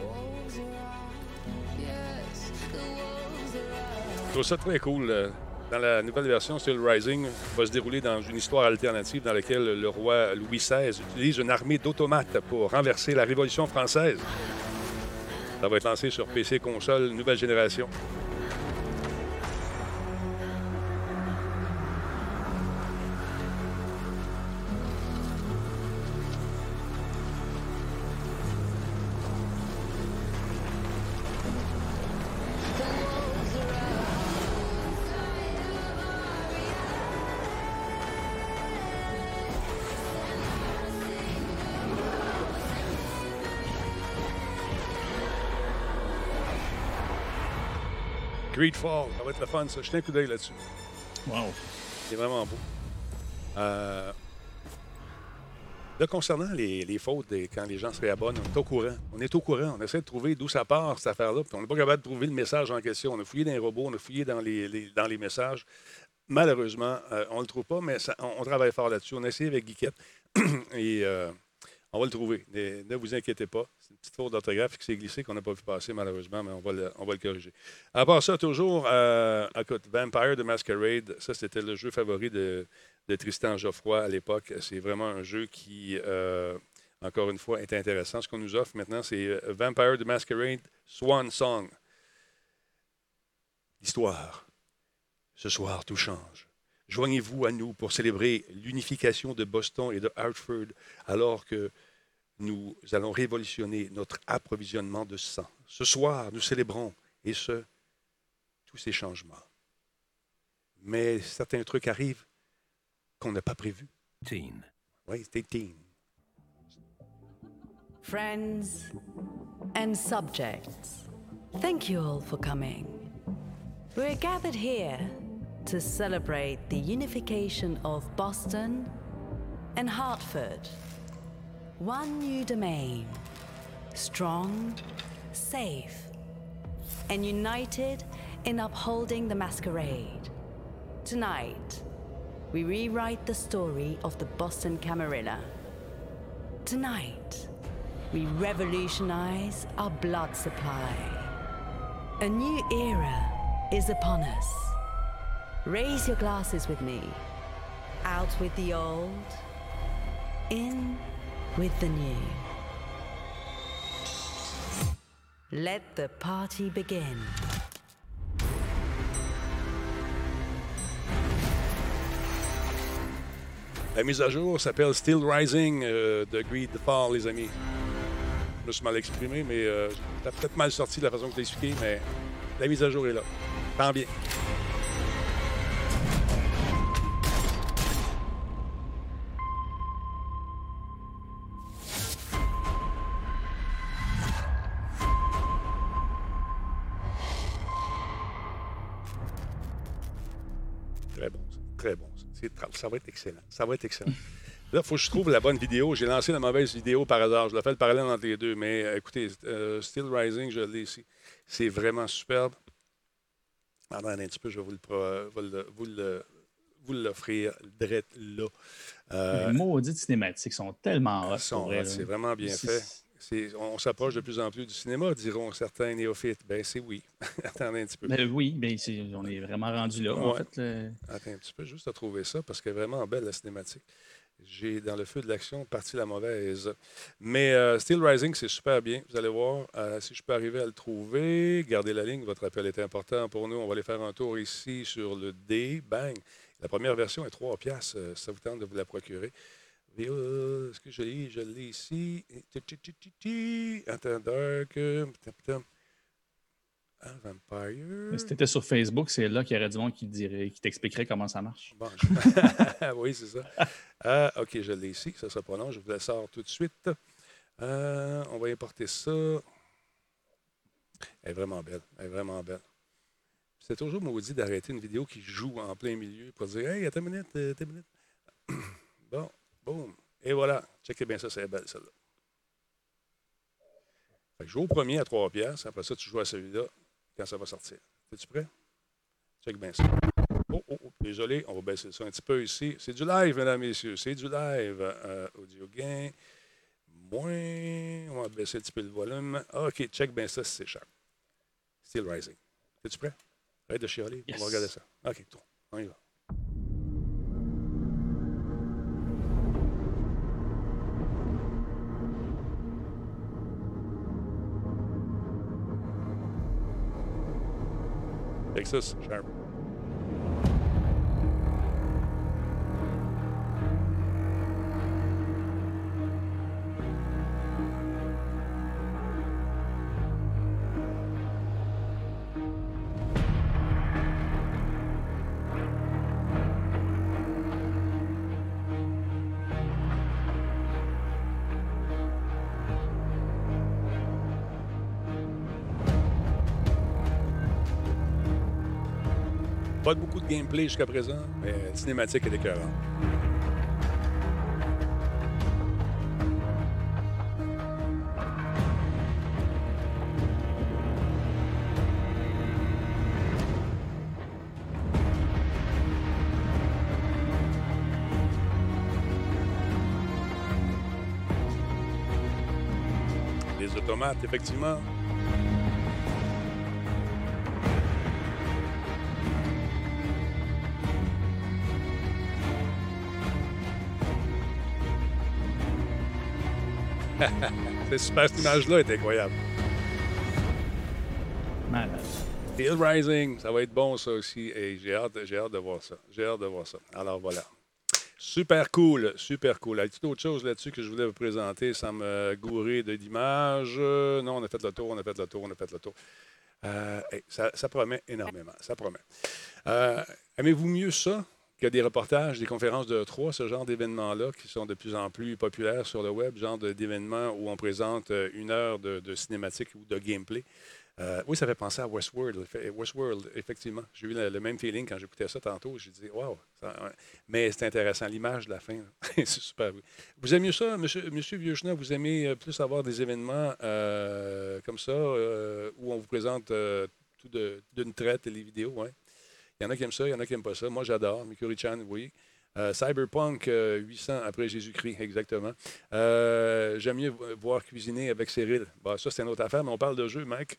Je trouve ça très cool. dans la nouvelle version, Still Rising va se dérouler dans une histoire alternative dans laquelle le roi Louis seize utilise une armée d'automates pour renverser la Révolution française. Ça va être lancé sur P C, console, nouvelle génération. Greedfall, ça va être le fun, ça. Jetez un coup d'œil là-dessus. Wow. C'est vraiment beau. Euh... Là, concernant les, les fautes, des, quand les gens se réabonnent, on est au courant. On est au courant. On essaie de trouver d'où ça part, cette affaire-là. Puis on n'est pas capable de trouver le message en question. On a fouillé dans les robots, on a fouillé dans les, les, dans les messages. Malheureusement, euh, on ne le trouve pas, mais ça, on, on travaille fort là-dessus. On a essayé avec Geekette et euh, on va le trouver. Ne, ne vous inquiétez pas. C'est une petite faute d'orthographe qui s'est glissée qu'on n'a pas vu passer, malheureusement, mais on va le, on va le corriger. À part ça, toujours, euh, écoute, Vampire the Masquerade, ça, c'était le jeu favori de, de Tristan Geoffroy à l'époque. C'est vraiment un jeu qui, euh, encore une fois, est intéressant. Ce qu'on nous offre maintenant, c'est Vampire the Masquerade Swan Song. L'histoire. Ce soir, tout change. Joignez-vous à nous pour célébrer l'unification de Boston et de Hartford alors que nous allons révolutionner notre approvisionnement de sang. Ce soir, nous célébrons, et ce, tous ces changements. Mais certains trucs arrivent qu'on n'a pas prévus. Teen. Oui, c'était teen. Friends and subjects, thank you all for coming. We're gathered here to celebrate the unification of Boston and Hartford. One new domain, strong, safe, and united in upholding the masquerade. Tonight, we rewrite the story of the Boston Camarilla. Tonight, we revolutionize our blood supply. A new era is upon us. Raise your glasses with me. Out with the old, in with the new. Let the party begin. La mise à jour s'appelle Still Rising euh, de Greedfall, les amis. Je me suis mal exprimé, mais euh, t'as peut-être mal sorti de la façon que tu l'as expliqué, mais la mise à jour est là. Tant bien. Très bon, ça. Très bon. Ça. C'est, ça va être excellent. Ça va être excellent. Là, il faut que je trouve la bonne vidéo. J'ai lancé la mauvaise vidéo par hasard. Je l'ai fait le parallèle entre les deux. Mais euh, écoutez, euh, Still Rising, je l'ai ici. C'est vraiment superbe. Attendez un petit peu, je vais vous, le, pro, vous, le, vous, le, vous l'offrir direct là. Euh, les maudites cinématiques sont tellement hot. Sont hot, c'est vraiment bien c'est... fait. C'est, on s'approche de plus en plus du cinéma, diront certains néophytes. Ben c'est oui. Attendez un petit peu. Ben oui, ben c'est, on est vraiment rendu là. Ouais. En fait, le... Attends un petit peu, juste à trouver ça, parce qu'elle est vraiment belle, la cinématique. J'ai, dans le feu de l'action, parti la mauvaise. Mais euh, Still Rising, c'est super bien. Vous allez voir, euh, si je peux arriver à le trouver, gardez la ligne, votre appel est important pour nous. On va aller faire un tour ici sur le D. Bang! La première version est trois piastres. Euh, ça vous tente de vous la procurer. Est-ce que je l'ai? Je l'ai ici. Attends, Dark. Ah, Vampire. Si tu étais sur Facebook, c'est là qu'il y aurait du monde qui, dirait, qui t'expliquerait comment ça marche. Bon, je... oui, c'est ça. Ah, OK, je l'ai ici. Ça sera pas long. Je vous la sors tout de suite. Euh, on va importer ça. Elle est vraiment belle. Elle est vraiment belle. C'est toujours maudit d'arrêter une vidéo qui joue en plein milieu pour dire « Hey, attends une minute, attends une minute. » Bon. Boum. Et voilà. Checkez bien ça, c'est belle, celle-là. Fait que je joue au premier à trois piastres. Après ça, tu joues à celui-là quand ça va sortir. Es-tu prêt? Check bien ça. Oh, oh, oh, désolé, on va baisser ça un petit peu ici. C'est du live, mesdames et messieurs. C'est du live. Euh, audio gain. Moins. On va baisser un petit peu le volume. OK, check bien ça si c'est cher. Still Rising. Es-tu prêt? Arrête de chialer. Yes. On va regarder ça. OK, toi. On y va. Texas, Sharp. Pas beaucoup de gameplay jusqu'à présent, mais la cinématique est écœurante. Les automates, effectivement. C'est super, cette image-là est incroyable. Malade. Hill Rising, ça va être bon ça aussi. Et j'ai hâte, j'ai hâte de voir ça. J'ai hâte de voir ça. Alors voilà. Super cool, super cool. Il y a toute autre chose là-dessus que je voulais vous présenter sans me gourer de d'images. Euh, non, on a fait le tour, on a fait le tour, on a fait le tour. Euh, hey, ça, ça promet énormément, ça promet. Euh, aimez-vous mieux ça qu'il y a des reportages, des conférences de E trois, ce genre d'événements-là qui sont de plus en plus populaires sur le web, genre de, d'événements où on présente une heure de, de cinématique ou de gameplay. Euh, oui, ça fait penser à Westworld. Westworld, effectivement. J'ai eu le, le même feeling quand j'écoutais ça tantôt. J'ai dit, wow! Ça, ouais. Mais c'est intéressant, l'image de la fin. C'est super. Vous aimez ça, monsieur, monsieur Vieux-Chenin? Vous aimez plus avoir des événements euh, comme ça euh, où on vous présente euh, tout de, d'une traite les vidéos? Ouais. Il y en a qui aiment ça, il y en a qui n'aiment pas ça. Moi, j'adore. Mikuri-chan, oui. Euh, Cyberpunk euh, huit cents après Jésus-Christ, exactement. Euh, j'aime mieux voir cuisiner avec Cyril. Bon, ça, c'est une autre affaire, mais on parle de jeu, mec.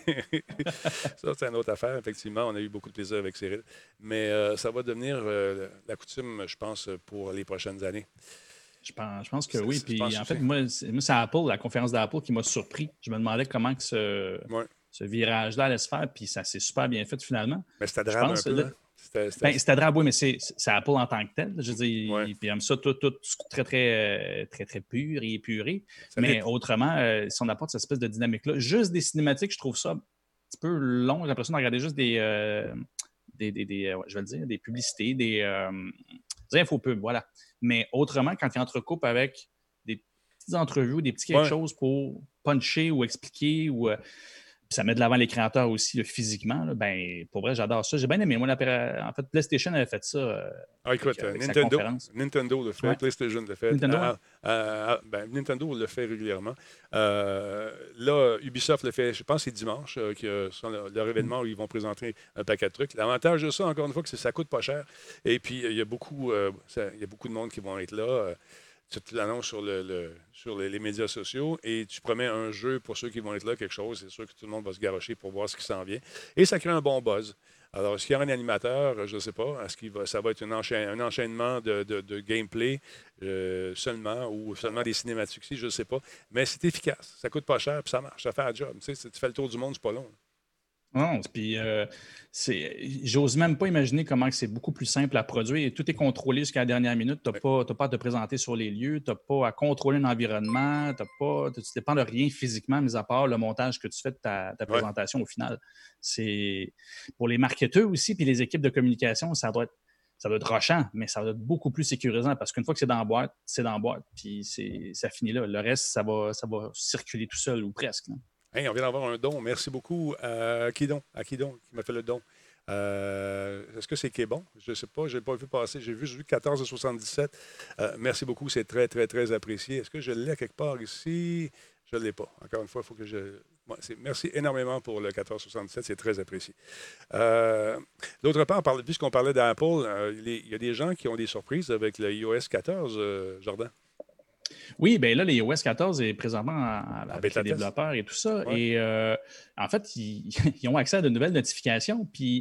Ça, c'est une autre affaire, effectivement. On a eu beaucoup de plaisir avec Cyril. Mais euh, ça va devenir euh, la coutume, je pense, pour les prochaines années. Je pense, je pense que C'est, oui. c'est, Puis, pense en aussi. fait, moi, c'est, moi, c'est Apple, la conférence d'Apple qui m'a surpris. Je me demandais comment que ce, Ouais. ce virage-là allait se faire, puis ça s'est super bien fait finalement. Mais c'était Je drabe pense, un peu, là, hein? C'était, c'était... Ben, c'était drôle, oui, mais c'est, c'est Apple en tant que tel. Je veux dire, Ouais. puis aime ça tout, tout très, très, très, très pur et épuré. Ça mais l'est. autrement, euh, si on apporte cette espèce de dynamique-là, juste des cinématiques, je trouve ça un petit peu long. J'ai l'impression de regarder juste des, euh, des, des, des euh, ouais, je vais le dire, des publicités, des, euh, des infopubs, voilà. Mais autrement, quand tu entrecoupes avec des petites entrevues ou des petits quelque Ouais. chose pour puncher ou expliquer ou... Euh, puis ça met de l'avant les créateurs aussi là, physiquement. Là, ben, pour vrai, j'adore ça. J'ai bien aimé. Moi, la, en fait, PlayStation avait fait ça. Euh, Ah, écoute, avec, avec sa Nintendo, conférence. Nintendo le fait, Ouais. PlayStation le fait. Nintendo, Ah, ouais. ah, ah, ben, Nintendo le fait régulièrement. Euh, là, Ubisoft le fait, je pense que c'est dimanche, euh, que c'est leur, leur événement où ils vont présenter un paquet de trucs. L'avantage de ça, encore une fois, c'est que ça coûte pas cher. Et puis, il y a beaucoup, euh, ça, il y a beaucoup de monde qui vont être là. Euh, tu l'annonces sur, le, le, sur les, les médias sociaux et tu promets un jeu pour ceux qui vont être là, quelque chose. C'est sûr que tout le monde va se garrocher pour voir ce qui s'en vient. Et ça crée un bon buzz. Alors, est-ce qu'il y aura un animateur? Je ne sais pas. Est-ce que ça va être une enchaîn- un enchaînement de, de, de gameplay euh, seulement ou seulement des cinématiques? Je ne sais pas. Mais c'est efficace. Ça coûte pas cher puis ça marche. Ça fait un job. Tu sais, tu fais le tour du monde, c'est pas long. Non, puis euh, c'est, j'ose même pas imaginer comment c'est beaucoup plus simple à produire. Tout est contrôlé jusqu'à la dernière minute. Tu n'as pas, t'as pas à te présenter sur les lieux, tu n'as pas à contrôler un environnement, t'as pas, tu ne dépends de rien physiquement, mis à part le montage que tu fais de ta, ta présentation ouais. au final. C'est, pour les marketeurs aussi, puis les équipes de communication, ça doit être, ça doit être rochant, mais ça doit être beaucoup plus sécurisant parce qu'une fois que c'est dans la boîte, c'est dans la boîte, puis c'est, ça finit là. Le reste, ça va, ça va circuler tout seul ou presque. Là. Hey, on vient d'avoir un don. Merci beaucoup à qui donc? À qui donc qui m'a fait le don? Euh, est-ce que c'est Québon? Je ne sais pas, je n'ai pas vu passer. J'ai vu, j'ai vu quatorze soixante-dix-sept. Euh, merci beaucoup, c'est très, très, très apprécié. Est-ce que je l'ai quelque part ici? Je ne l'ai pas. Encore une fois, il faut que je... Bon, c'est... Merci énormément pour le quatorze soixante-dix-sept, c'est très apprécié. Euh, d'autre part, puisqu'on parlait d'Apple, euh, il y a des gens qui ont des surprises avec le i O S quatorze, euh, Jordan. Oui, bien là, le i O S quatorze est présentement en, avec les développeurs et tout ça. Ouais. Et euh, en fait, ils, ils ont accès à de nouvelles notifications. Puis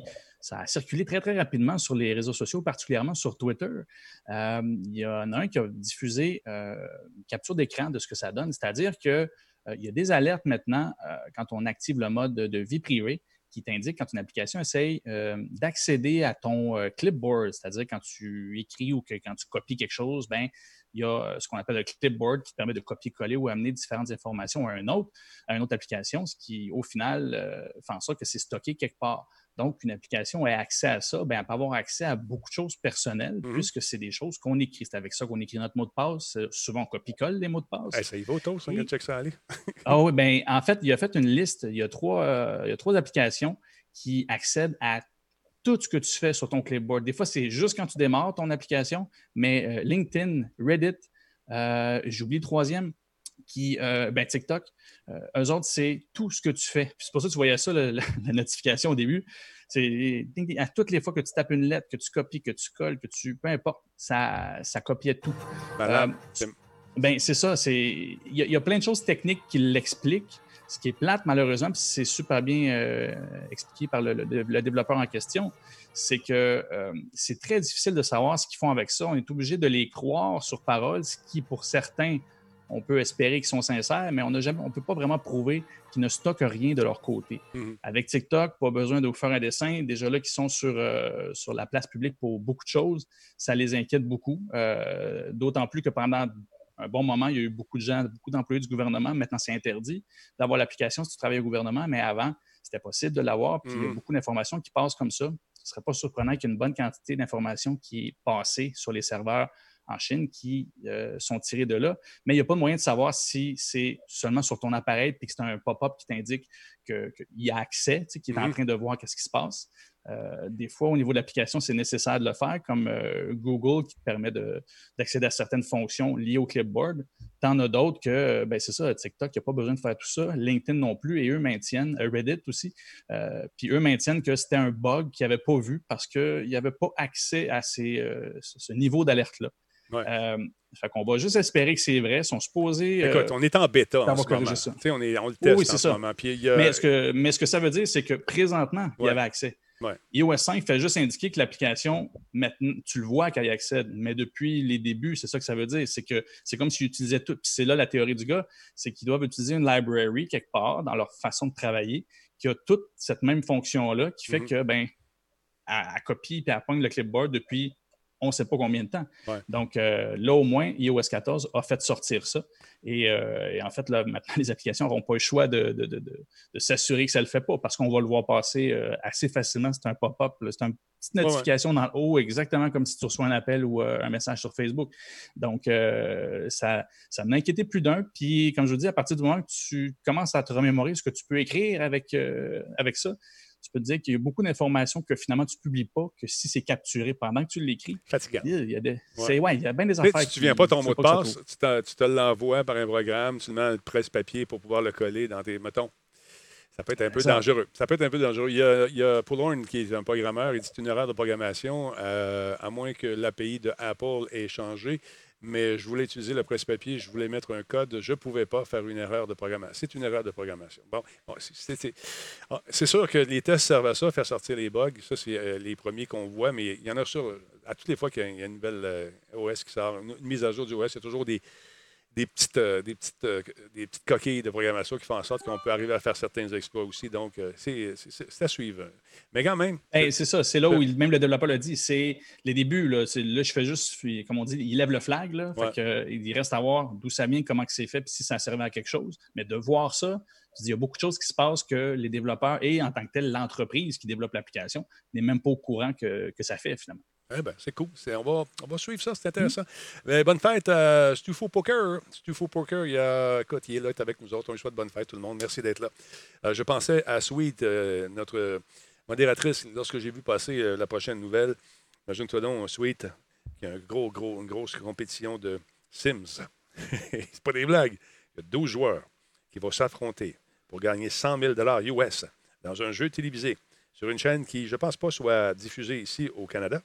ça a circulé très, très rapidement sur les réseaux sociaux, particulièrement sur Twitter. Euh, il y en a un qui a diffusé euh, une capture d'écran de ce que ça donne, c'est-à-dire qu'il euh, y a des alertes maintenant euh, quand on active le mode de, de vie privée qui t'indique quand une application essaye euh, d'accéder à ton euh, clipboard, c'est-à-dire quand tu écris ou que quand tu copies quelque chose, ben il y a ce qu'on appelle le clipboard qui te permet de copier-coller ou amener différentes informations à, un autre, à une autre application, ce qui, au final, euh, fait en sorte que c'est stocké quelque part. Donc, une application a accès à ça, bien, elle peut avoir accès à beaucoup de choses personnelles, mm-hmm. puisque c'est des choses qu'on écrit. C'est avec ça qu'on écrit notre mot de passe. Souvent, on copie-colle les mots de passe. Hey, ça y va au toast, on check ça aller. Ah oui, bien, en fait, il a fait une liste. Il y a trois, euh, il y a trois applications qui accèdent à tout ce que tu fais sur ton clipboard. Des fois, c'est juste quand tu démarres ton application, mais euh, LinkedIn, Reddit, euh, j'oublie le troisième, qui, euh, ben TikTok, euh, eux autres, c'est tout ce que tu fais. Puis c'est pour ça que tu voyais ça, le, la, la notification au début. C'est à toutes les fois que tu tapes une lettre, que tu copies, que tu colles, que tu... Peu importe, ça, ça copiait tout. Voilà. Euh, ben c'est ça. Il y, y a plein de choses techniques qui l'expliquent. Ce qui est plate, malheureusement, puis c'est super bien euh, expliqué par le, le, le développeur en question, c'est que euh, c'est très difficile de savoir ce qu'ils font avec ça. On est obligé de les croire sur parole, ce qui, pour certains, on peut espérer qu'ils sont sincères, mais on ne peut pas vraiment prouver qu'ils ne stockent rien de leur côté. Mm-hmm. Avec TikTok, pas besoin de vous faire un dessin. Déjà là, qui sont sur, euh, sur la place publique pour beaucoup de choses, ça les inquiète beaucoup. Euh, d'autant plus que pendant un bon moment, il y a eu beaucoup de gens, beaucoup d'employés du gouvernement. Maintenant, c'est interdit d'avoir l'application si tu travailles au gouvernement, mais avant, c'était possible de l'avoir. Puis, mm-hmm. il y a beaucoup d'informations qui passent comme ça. Ce ne serait pas surprenant qu'il y ait une bonne quantité d'informations qui est passée sur les serveurs en Chine qui euh, sont tirées de là. Mais il n'y a pas de moyen de savoir si c'est seulement sur ton appareil puis que c'est un pop-up qui t'indique qu'il y a accès, qu'il est mm-hmm. en train de voir qu'est-ce qui se passe. Euh, des fois, au niveau de l'application, c'est nécessaire de le faire, comme euh, Google qui te permet de, d'accéder à certaines fonctions liées au clipboard. T'en as d'autres que, ben c'est ça, TikTok, il n'y a pas besoin de faire tout ça. LinkedIn non plus, et eux maintiennent, Reddit aussi, euh, puis eux maintiennent que c'était un bug qu'ils n'avaient pas vu parce qu'ils n'avaient pas accès à ces, euh, ce niveau d'alerte-là. Ouais. Euh, fait qu'on va juste espérer que c'est vrai. Ils sont supposés. Écoute, euh, on est en bêta en ce moment. Ça. On, est, on le teste oui, en ce moment. Puis, a... mais, ce que, mais ce que ça veut dire, c'est que présentement, ouais. il y avait accès. Ouais. i O S cinq fait juste indiquer que l'application, maintenant, tu le vois qu'elle y accède. Mais depuis les débuts, c'est ça que ça veut dire. C'est que c'est comme s'ils utilisaient tout. Puis c'est là la théorie du gars, c'est qu'ils doivent utiliser une library quelque part dans leur façon de travailler qui a toute cette même fonction-là qui fait mm-hmm. que, ben, elle, elle copie et elle pogne le clipboard depuis on ne sait pas combien de temps. Ouais. Donc, euh, là, au moins, i O S quatorze a fait sortir ça. Et, euh, et en fait, là, maintenant, les applications n'auront pas le choix de, de, de, de, de s'assurer que ça ne le fait pas parce qu'on va le voir passer euh, assez facilement. C'est un pop-up, là. C'est une petite notification ouais, ouais. dans le haut, exactement comme si tu reçois un appel ou euh, un message sur Facebook. Donc, euh, ça, ça m'inquiétait plus d'un. Puis, comme je vous dis, à partir du moment que tu commences à te remémorer ce que tu peux écrire avec, euh, avec ça, tu peux te dire qu'il y a beaucoup d'informations que finalement tu ne publies pas, que si c'est capturé pendant que tu l'écris. Fatigant. Il y a, des, ouais. Ouais, il y a bien des affaires. Tu ne te souviens pas ton mot de passe, tu, tu te l'envoies par un programme, tu le mets en presse-papier pour pouvoir le coller dans tes. Mettons. Ça peut être un peu ça. dangereux. Ça peut être un peu dangereux. Il y a, il y a Paul Horn, qui est un programmeur, il dit que c'est une erreur de programmation, euh, à moins que l'A P I de Apple ait changé. Mais je voulais utiliser le presse-papier, je voulais mettre un code, je ne pouvais pas faire une erreur de programmation. C'est une erreur de programmation. Bon, bon c'est, c'est, c'est sûr que les tests servent à ça, faire sortir les bugs. Ça, c'est euh, les premiers qu'on voit, mais il y en a sur, à toutes les fois qu'il y a une nouvelle euh, O S qui sort, une, une mise à jour du O S, il y a toujours des, des, petites, euh, des, petites, euh, des petites coquilles de programmation qui font en sorte qu'on peut arriver à faire certains exploits aussi. Donc, euh, c'est, c'est, c'est à suivre. Mais quand même... Hey, c'est ça. C'est là où il, même le développeur l'a dit. C'est les débuts. Là, c'est, là, je fais juste, comme on dit, il lève le flag. Là, ouais. fait que, euh, il reste à voir d'où ça vient, comment que c'est fait, puis si ça servait à quelque chose. Mais de voir ça, je dis, il y a beaucoup de choses qui se passent que les développeurs et en tant que tel, l'entreprise qui développe l'application n'est même pas au courant que, que ça fait, finalement. Eh bien, c'est cool. C'est, on, va, on va suivre ça, c'est intéressant. Mm. Mais bonne fête à Stufo Poker. Stufo Poker, il, y a, écoute, il est là, il est avec nous autres. On lui souhaite bonne fête, tout le monde. Merci d'être là. Euh, je pensais à Sweet, euh, notre modératrice, lorsque j'ai vu passer euh, la prochaine nouvelle. Imagine-toi donc, Sweet, qui a un gros, gros, une grosse compétition de Sims. C'est pas des blagues. Il y a douze joueurs qui vont s'affronter pour gagner cent mille dollars U S dans un jeu télévisé sur une chaîne qui, je ne pense pas, soit diffusée ici au Canada.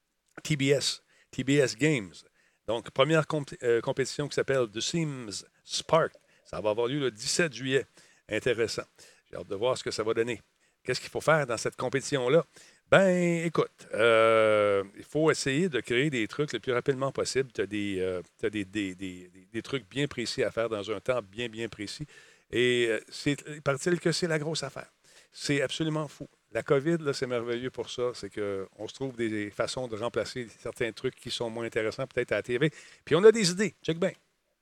T B S, T B S Games. Donc, première comp- euh, compétition qui s'appelle The Sims Spark. Ça va avoir lieu le dix-sept juillet. Intéressant. J'ai hâte de voir ce que ça va donner. Qu'est-ce qu'il faut faire dans cette compétition-là? Ben, écoute, euh, il faut essayer de créer des trucs le plus rapidement possible. Tu as, des, euh, t'as des, des, des, des, des trucs bien précis à faire dans un temps bien, bien précis. Et euh, c'est, il paraît-il que c'est la grosse affaire. C'est absolument fou. La COVID, là, c'est merveilleux pour ça. C'est qu'on se trouve des façons de remplacer certains trucs qui sont moins intéressants peut-être à la T V. Puis on a des idées. Check bien.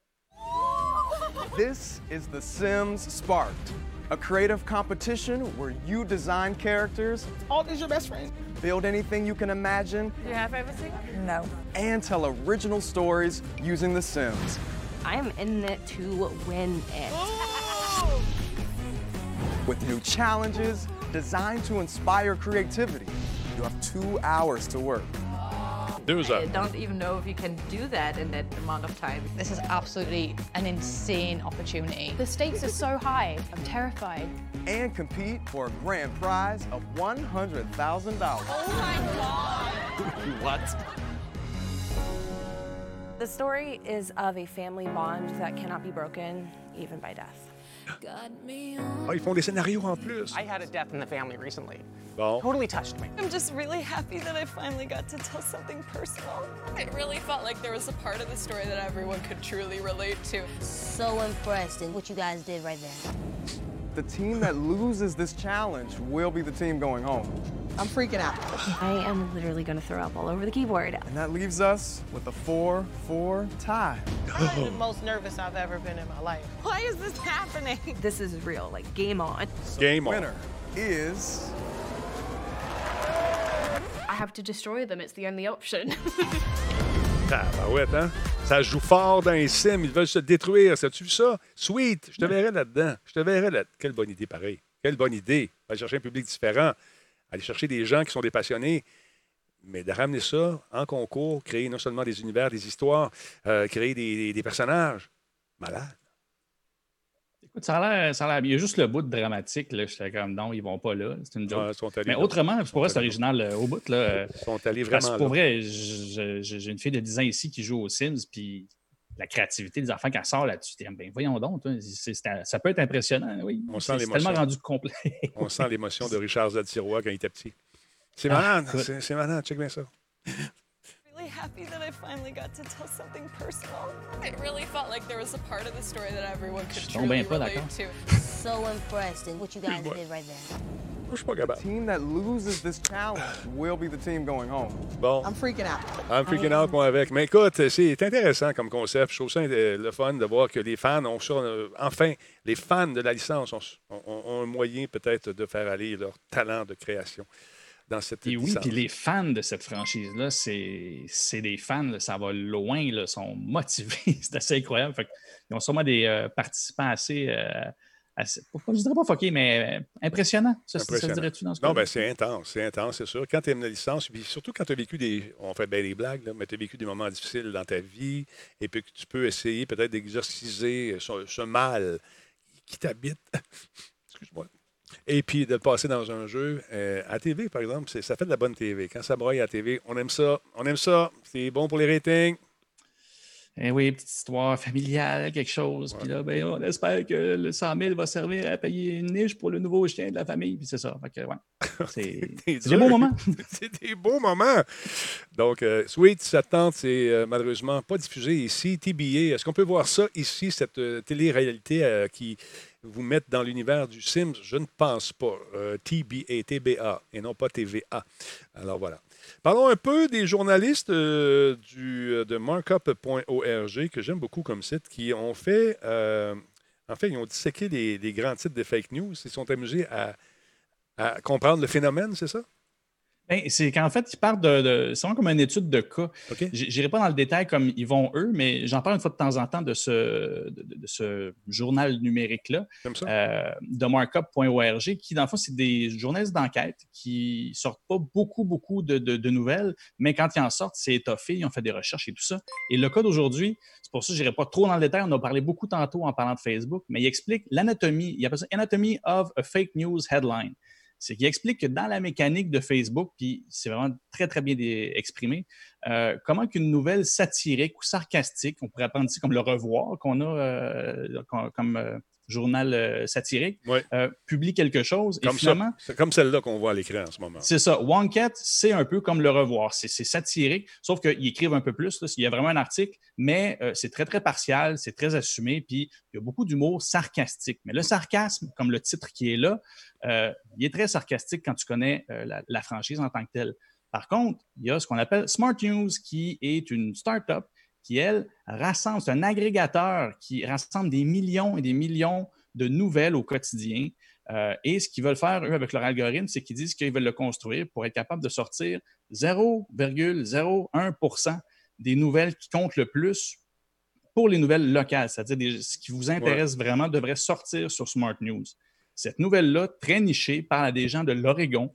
This is The Sims Sparked, a creative competition where you design characters, all these your best friends, build anything you can imagine. Do you have everything? No. And tell original stories using The Sims. I am in it to win it. With new challenges designed to inspire creativity. You have two hours to work. Deux heures. I don't even know if you can do that in that amount of time. This is absolutely an insane opportunity. The stakes are so high. I'm terrified. And compete for a grand prize of one hundred thousand dollars. Oh my God! What? The story is of a family bond that cannot be broken, even by death. Ah, ils font des scénarios en plus. I had a death in the family recently. Bon. Totally touched me. I'm just really happy that I finally got to tell something personal. It really felt like there was a part of the story that everyone could truly relate to. So impressed in what you guys did right there. The team that loses this challenge will be the team going home. I'm freaking out. I am literally going to throw up all over the keyboard. And that leaves us with a four four tie. I'm the most nervous I've ever been in my life. Why is this happening? This is real, like game on. So Game the on. winner is... I have to destroy them. It's the only option. Tabarouette, hein? Ça joue fort dans les sims. Ils veulent se détruire. As-tu vu ça? Sweet, je te verrais là-dedans. Je te verrais là. Quelle bonne idée, pareil. Quelle bonne idée. Aller chercher un public différent. Aller chercher des gens qui sont des passionnés. Mais de ramener ça en concours, créer non seulement des univers, des histoires, euh, créer des, des, des personnages. Malade. Écoute, ça a l'air, ça a l'air bien. Il y a juste le bout de dramatique. Là, j'étais comme non, ils vont pas là. C'est une joke. Ouais, ils sont allés Mais là. autrement, pour vrai, c'est allés original euh, au bout. Là, Ils sont allés parce vraiment que pour là. vrai, je- je- j'ai une fille de dix ans ici qui joue aux Sims, puis la créativité des enfants, quand elle sort là-dessus, t'es comme, ben voyons donc, toi, c'est- c'est- ça peut être impressionnant, oui. On sent C'est c'est l'émotion. tellement rendu complet. On sent l'émotion de Richard Zatirois quand il était petit. C'est Ah, malade. écoute. c'est, c'est malade. Check bien ça. Really happy that I finally got to tell something personal. It really felt like there was a part of the story that everyone could Je tombe truly bien pas relate d'accord. to. So impressed in what you guys did right there. Je suis pas The capable. team that loses this challenge will be the team going home. Bon. I'm freaking out. I'm freaking out, moi, avec. Mais écoute, c'est intéressant comme concept. Je trouve ça euh, le fun de voir que les fans ont ça. euh, enfin, les fans de la licence ont, ont- ont un moyen peut-être de faire aller leur talent de création dans cette Et oui, licence. puis les fans de cette franchise-là, c'est c'est des fans, là, ça va loin, là, sont motivés. C'est assez incroyable. Fait ils ont sûrement des euh, participants assez, euh, assez pas- je dirais pas fuckés, mais euh, impressionnants. Ça, ça Impressionnant. se dirait-tu dans ce Non, cas-là? ben c'est intense, c'est intense, c'est sûr. Quand tu aimes la licence, puis surtout quand tu as vécu des. On fait bien des blagues, là, mais tu as vécu des moments difficiles dans ta vie, et puis que tu peux essayer peut-être d'exorciser ce, ce mal qui t'habite. Excuse-moi. Et puis de le passer dans un jeu. Euh, à T V, par exemple, c'est- ça fait de la bonne T V. Quand ça broye à la T V, on aime ça. On aime ça. C'est bon pour les ratings. Eh oui, petite histoire familiale, quelque chose. Puis là, ben, on espère que le cent mille va servir à payer une niche pour le nouveau chien de la famille. Puis c'est ça. Fait que, ouais. C'est T'es c'est dur. des beaux moments. C'est des beaux moments. Donc, euh, Sweet, si ça te tente, c'est euh, malheureusement pas diffusé ici. T B A, est-ce qu'on peut voir ça ici, cette euh, télé-réalité euh, qui vous met dans l'univers du Sims? Je ne pense pas. Euh, T B A, T B A, et non pas T V A. Alors voilà. Parlons un peu des journalistes euh, du, euh, de markup point org, que j'aime beaucoup comme site, qui ont fait, euh, en fait, ils ont disséqué les, les grands titres de fake news. Ils sont amusés à, à comprendre le phénomène, c'est ça? Ben, c'est qu'en fait, ils partent de. de c'est vraiment comme une étude de cas. OK. Je n'irai pas dans le détail comme ils vont eux, mais j'en parle une fois de temps en temps de ce, de, de- de ce journal numérique-là, Comme ça? euh, de markup point org, qui, dans le fond, c'est des journalistes d'enquête qui sortent pas beaucoup, beaucoup de, de- de nouvelles, mais quand ils en sortent, c'est étoffé, ils ont fait des recherches et tout ça. Et le cas d'aujourd'hui, c'est pour ça que je n'irai pas trop dans le détail, on a parlé beaucoup tantôt en parlant de Facebook, mais il explique l'anatomie, il appelle ça Anatomy of a Fake News Headline. C'est qu'il explique que dans la mécanique de Facebook, puis c'est vraiment très, très bien dé- exprimé, euh, comment qu'une nouvelle satirique ou sarcastique, on pourrait prendre ici comme le revoir qu'on a euh, comme, comme, euh, journal euh, satirique, ouais. euh, publie quelque chose. Comme et finalement, ça. C'est comme celle-là qu'on voit à l'écran en ce moment. C'est ça. Wonkette, c'est un peu comme Le Revoir. C'est, c'est satirique, sauf qu'ils écrivent un peu plus. Là. Il y a vraiment un article, mais euh, c'est très, très partial, c'est très assumé, puis il y a beaucoup d'humour sarcastique. Mais le sarcasme, comme le titre qui est là, euh, il est très sarcastique quand tu connais euh, la, la franchise en tant que telle. Par contre, il y a ce qu'on appelle Smart News, qui est une start-up qui, elle, rassemble, c'est un agrégateur qui rassemble des millions et des millions de nouvelles au quotidien. Euh, et ce qu'ils veulent faire, eux, avec leur algorithme, c'est qu'ils disent qu'ils veulent le construire pour être capable de sortir zéro virgule zéro un pour cent des nouvelles qui comptent le plus pour les nouvelles locales. C'est-à-dire des, ce qui vous intéresse ouais. vraiment devrait sortir sur Smart News. Cette nouvelle-là, très nichée, parle à des gens de l'Oregon.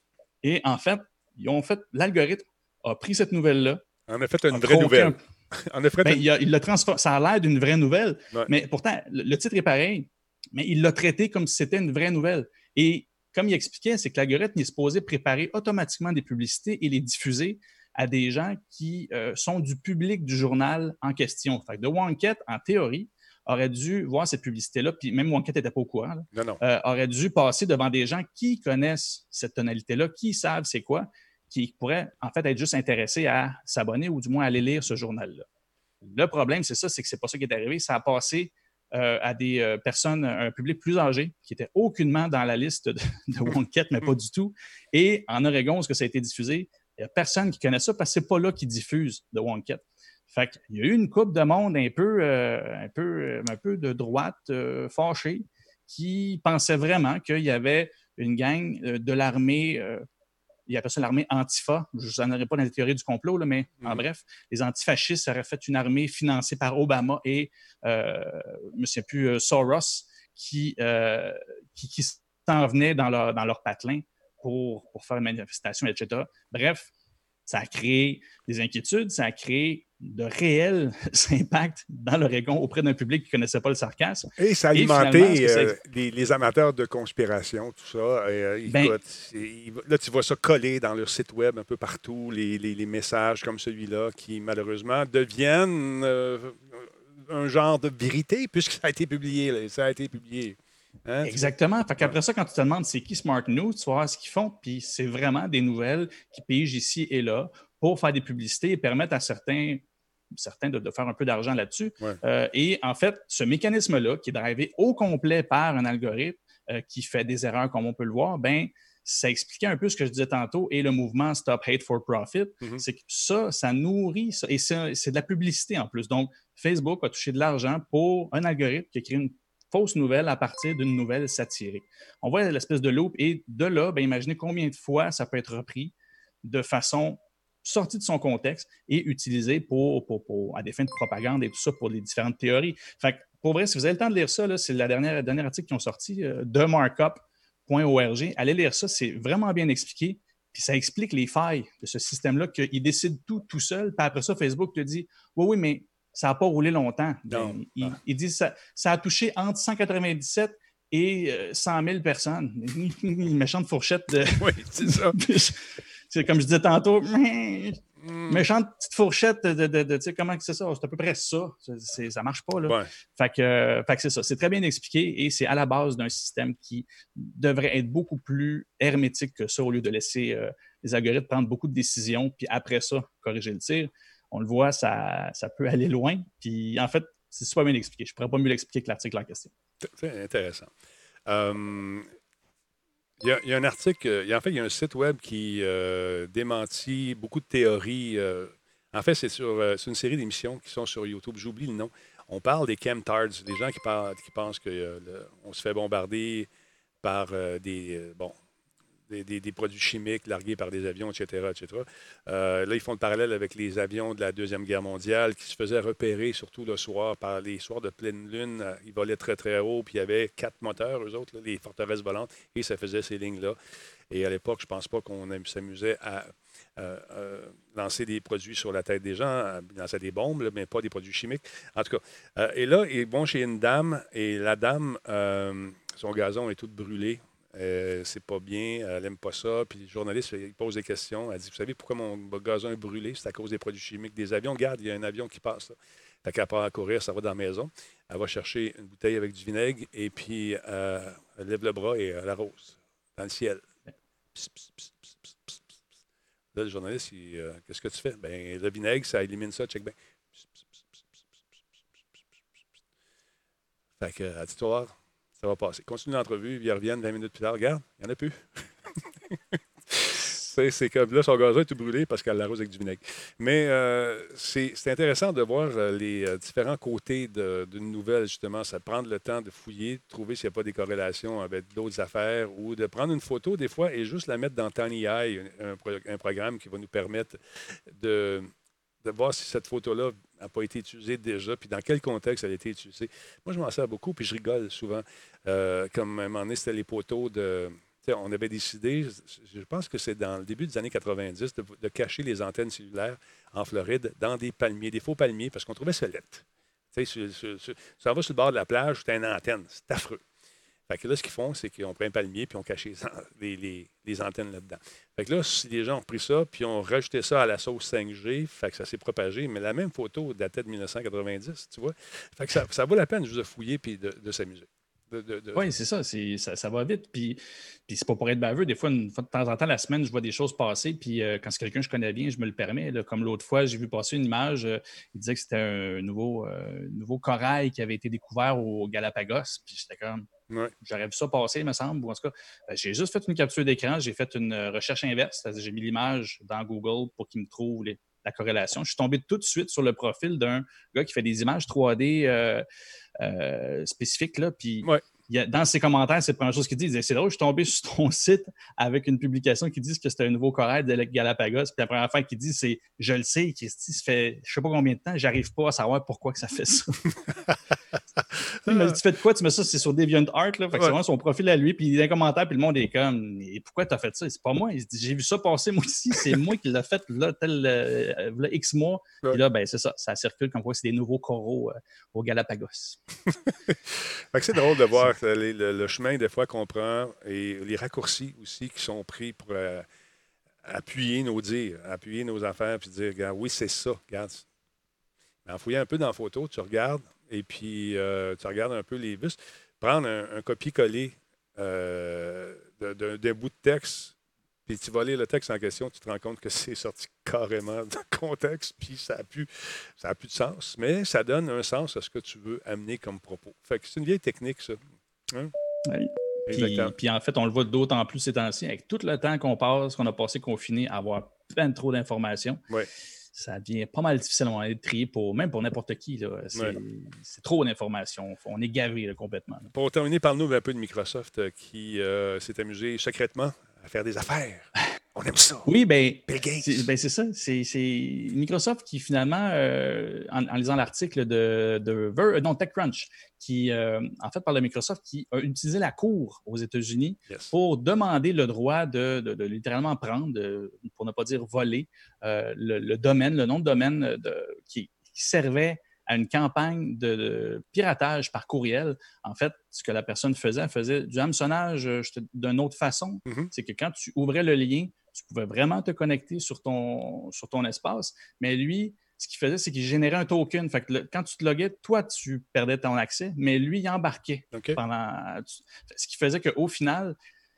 Et en fait, ils ont fait, l'algorithme a pris cette nouvelle-là. On a fait une vraie nouvelle. Un, on a fait ben, une... il, a, il l'a transformé. Ça a l'air d'une vraie nouvelle, ouais. mais pourtant, le, le titre est pareil. Mais il l'a traité comme si c'était une vraie nouvelle. Et comme il expliquait, c'est que l'algorithme est supposé préparer automatiquement des publicités et les diffuser à des gens qui euh, sont du public du journal en question. Fait que The Wonkette, en théorie, aurait dû voir cette publicité-là, puis même Wonkette n'était pas au courant, là, non, non. Euh, aurait dû passer devant des gens qui connaissent cette tonalité-là, qui savent c'est quoi, qui pourraient en fait être juste intéressés à s'abonner ou du moins à aller lire ce journal-là. Le problème, c'est ça, c'est que c'est pas ça qui est arrivé. Ça a passé Euh, à des euh, personnes, un public plus âgé, qui n'étaient aucunement dans la liste de, de Wonkette, mais pas du tout. Et en Oregon, est-ce que ça a été diffusé? Il n'y a personne qui connaît ça parce que ce n'est pas là qu'ils diffusent de Wonkette. Fait qu'il y a eu une couple de monde un peu, euh, un peu, un peu de droite euh, fâchée qui pensait vraiment qu'il y avait une gang euh, de l'armée, euh, il appelle ça l'armée Antifa. Je n'en aurai pas dans les théories du complot, là, mais mmh. en bref, les antifascistes auraient fait une armée financée par Obama et, euh, je ne me souviens plus, euh, Soros, qui, euh, qui, qui s'en venaient dans leur, dans leur patelin pour, pour faire une manifestation, et cetera. Bref, ça a créé des inquiétudes, ça a créé de réels impacts dans l'Oregon auprès d'un public qui ne connaissait pas le sarcasme. Et ça a alimenté euh, les, les amateurs de conspiration, tout ça. Euh, ben, écoute, là, tu vois ça coller dans leur site web un peu partout, les, les, les messages comme celui-là qui, malheureusement, deviennent euh, un genre de vérité puisque ça a été publié. Là, ça a été publié. Hein, Exactement. Fait qu'après ça, quand tu te demandes c'est qui Smart News, tu vas voir ce qu'ils font, puis c'est vraiment des nouvelles qui pigent ici et là pour faire des publicités et permettre à certains, certains de, de faire un peu d'argent là-dessus. Ouais. Euh, et en fait, ce mécanisme-là, qui est drivé au complet par un algorithme euh, qui fait des erreurs comme on peut le voir, ben ça expliquait un peu ce que je disais tantôt et le mouvement Stop Hate for Profit. Mm-hmm. C'est que ça, ça nourrit ça. Et c'est, c'est de la publicité en plus. Donc, Facebook a touché de l'argent pour un algorithme qui a créé une fausse nouvelle à partir d'une nouvelle satirique. On voit l'espèce de loop et de là, bien, imaginez combien de fois ça peut être repris de façon sortie de son contexte et utilisé pour, pour, pour, à des fins de propagande et tout ça pour les différentes théories. Fait que, pour vrai, si vous avez le temps de lire ça, là, c'est la dernière, le dernier article qui ont sorti euh, de markup point org. Allez lire ça, c'est vraiment bien expliqué. Puis ça explique les failles de ce système-là, qu'il décide tout tout seul. Puis après ça, Facebook te dit « Oui, oui, mais ça n'a pas roulé longtemps. » Non, il, non. il dit ça, ça a touché entre cent quatre-vingt-dix-sept et cent mille personnes. Une méchante fourchette de... Oui, c'est ça. C'est comme je disais tantôt, mm. méchante petite fourchette de, de, de tu sais, comment c'est ça? C'est à peu près ça. C'est, ça marche pas, là. Ouais. Fait que, euh, fait que c'est ça. C'est très bien expliqué et c'est à la base d'un système qui devrait être beaucoup plus hermétique que ça au lieu de laisser euh, les algorithmes prendre beaucoup de décisions puis après ça, corriger le tir. On le voit, ça, ça peut aller loin. Puis en fait, c'est super bien expliqué. Je ne pourrais pas mieux l'expliquer que l'article en question. C'est intéressant. Um... Il y, a, il y a un article, il y a, en fait, il y a un site web qui euh, démentit beaucoup de théories. Euh, en fait, c'est, sur, euh, c'est une série d'émissions qui sont sur YouTube. J'oublie le nom. On parle des chemtards, des gens qui, parlent, qui pensent qu'on euh, se fait bombarder par euh, des, euh, bon, des, des, des produits chimiques largués par des avions, et cetera, et cetera. Euh, là, ils font le parallèle avec les avions de la Deuxième Guerre mondiale qui se faisaient repérer, surtout le soir, par les soirs de pleine lune. Ils volaient très, très haut, puis il y avait quatre moteurs, eux autres, là, les forteresses volantes, et ça faisait ces lignes-là. Et à l'époque, je ne pense pas qu'on s'amusait à euh, euh, lancer des produits sur la tête des gens, à lancer des bombes, là, mais pas des produits chimiques. En tout cas, euh, et là, ils vont chez une dame, et la dame, euh, son gazon est tout brûlé. Euh, c'est pas bien, elle n'aime pas ça. Puis le journaliste, il pose des questions. Elle dit, vous savez pourquoi mon gazon est brûlé? C'est à cause des produits chimiques des avions. Regarde, il y a un avion qui passe là. Fait qu'elle part à courir, ça va dans la maison. Elle va chercher une bouteille avec du vinaigre et puis euh, elle lève le bras et elle arrose dans le ciel. Pss, pss, pss, pss, pss, pss, pss. Là, le journaliste, il, euh, qu'est-ce que tu fais? Bien, le vinaigre, ça élimine ça, check bien. Pss, pss, pss, pss, pss, pss, pss, pss, pss, pss. Fait que, à dit voir, ça va passer. Continue l'entrevue, ils reviennent vingt minutes plus tard. Regarde, il n'y en a plus. C'est, c'est comme là, son gazon est tout brûlé parce qu'elle l'arrose avec du vinaigre. Mais euh, c'est, c'est intéressant de voir euh, les euh, différents côtés de, d'une nouvelle, justement. Ça prendre le temps de fouiller, de trouver s'il n'y a pas des corrélations avec d'autres affaires ou de prendre une photo, des fois, et juste la mettre dans Tiny Eye, un, un, pro- un programme qui va nous permettre de, de voir si cette photo-là n'a pas été utilisée déjà, puis dans quel contexte elle a été utilisée. Moi, je m'en sers beaucoup, puis je rigole souvent. Euh, comme à un moment donné, c'était les poteaux de... T'sais, on avait décidé, je pense que c'est dans le début des années quatre-vingt-dix, de, de cacher les antennes cellulaires en Floride dans des palmiers, des faux palmiers, parce qu'on trouvait ça lettre. Tu sais, tu s'en vas sur le bord de la plage, tu as une antenne. C'est affreux. Fait que là, ce qu'ils font, c'est qu'ils ont pris un palmier puis ils ont caché les, les, les antennes là-dedans. Fait que là, si les gens ont pris ça puis ont rajouté ça à la sauce cinq G, fait que ça s'est propagé. Mais la même photo datait de dix-neuf cent quatre-vingt-dix, tu vois. Fait que ça, ça vaut la peine juste de fouiller puis de, de s'amuser. De, de, de... Oui, c'est ça, c'est, ça. Ça va vite. Puis, puis c'est pas pour être baveux. Des fois, une fois de temps en temps, la semaine, je vois des choses passer. Puis euh, quand c'est quelqu'un que je connais bien, je me le permets. Là, comme l'autre fois, j'ai vu passer une image. Euh, il disait que c'était un nouveau, euh, nouveau corail qui avait été découvert au Galapagos. Puis j'étais comme, ouais. J'aurais vu ça passer, il me semble. Ou en tout cas, ben, j'ai juste fait une capture d'écran. J'ai fait une recherche inverse. C'est-à-dire, j'ai mis l'image dans Google pour qu'il me trouve les, la corrélation. Je suis tombé tout de suite sur le profil d'un gars qui fait des images trois D euh, euh, spécifiques. Là, puis, ouais. Il y a, dans ses commentaires, c'est la première chose qu'il dit. Il dit, c'est drôle, je suis tombé sur ton site avec une publication qui dit que c'était un nouveau corail de Galapagos. Puis la première fois qu'il dit, c'est « Je le sais, Christy, ça fait je sais pas combien de temps, j'arrive pas à savoir pourquoi que ça fait ça. » Il m'a dit « Tu fais de quoi? » Tu mets ça, c'est sur DeviantArt. Là. Fait que ouais. C'est vraiment son profil à lui. Puis il y a un commentaire, puis le monde est comme « Pourquoi tu as fait ça? » C'est pas moi. Il dit « J'ai vu ça passer moi aussi. C'est moi qui l'ai fait là, tel euh, là, X mois. Ouais. » Puis là, ben c'est ça. Ça circule comme quoi c'est des nouveaux coraux euh, au Galapagos. Fait que c'est drôle de voir le, le, le chemin des fois qu'on prend et les raccourcis aussi qui sont pris pour euh, appuyer nos dires, appuyer nos affaires, puis dire, regarde, oui, c'est ça, regarde. En fouillant un peu dans la photo, tu regardes, et puis euh, tu regardes un peu les bus. Prendre un, un copier-coller euh, d'un, d'un bout de texte, puis tu vas lire le texte en question, tu te rends compte que c'est sorti carrément de contexte, puis ça n'a plus, ça a plus de sens. Mais ça donne un sens à ce que tu veux amener comme propos. Fait que c'est une vieille technique, ça. Hein? Oui. Puis, puis en fait, on le voit d'autant plus ces temps-ci, avec tout le temps qu'on passe, qu'on a passé confiné à avoir plein de trop d'informations. Oui. Ça devient pas mal difficile à trier, pour, même pour n'importe qui. Là. C'est, ouais. c'est trop d'informations. On est gavé là, complètement. Là. Pour terminer, parle-nous un peu de Microsoft euh, qui euh, s'est amusé secrètement à faire des affaires. On aime ça. Oui, bien, c'est, ben c'est ça. C'est, c'est Microsoft qui, finalement, euh, en, en lisant l'article de, de Ver, non, TechCrunch, qui, euh, en fait, parle de Microsoft, qui a utilisé la Cour aux États-Unis yes. pour demander le droit de, de, de littéralement prendre, de, pour ne pas dire voler, euh, le, le domaine, le nom de domaine de, qui, qui servait à une campagne de, de piratage par courriel. En fait, ce que la personne faisait, elle faisait du hameçonnage d'une autre façon. Mm-hmm. C'est que quand tu ouvrais le lien, tu pouvais vraiment te connecter sur ton, sur ton espace, mais lui, ce qu'il faisait, c'est qu'il générait un token. Fait que le, quand tu te loguais, toi, tu perdais ton accès, mais lui, il embarquait. Okay. Pendant, ce qui faisait qu'au final,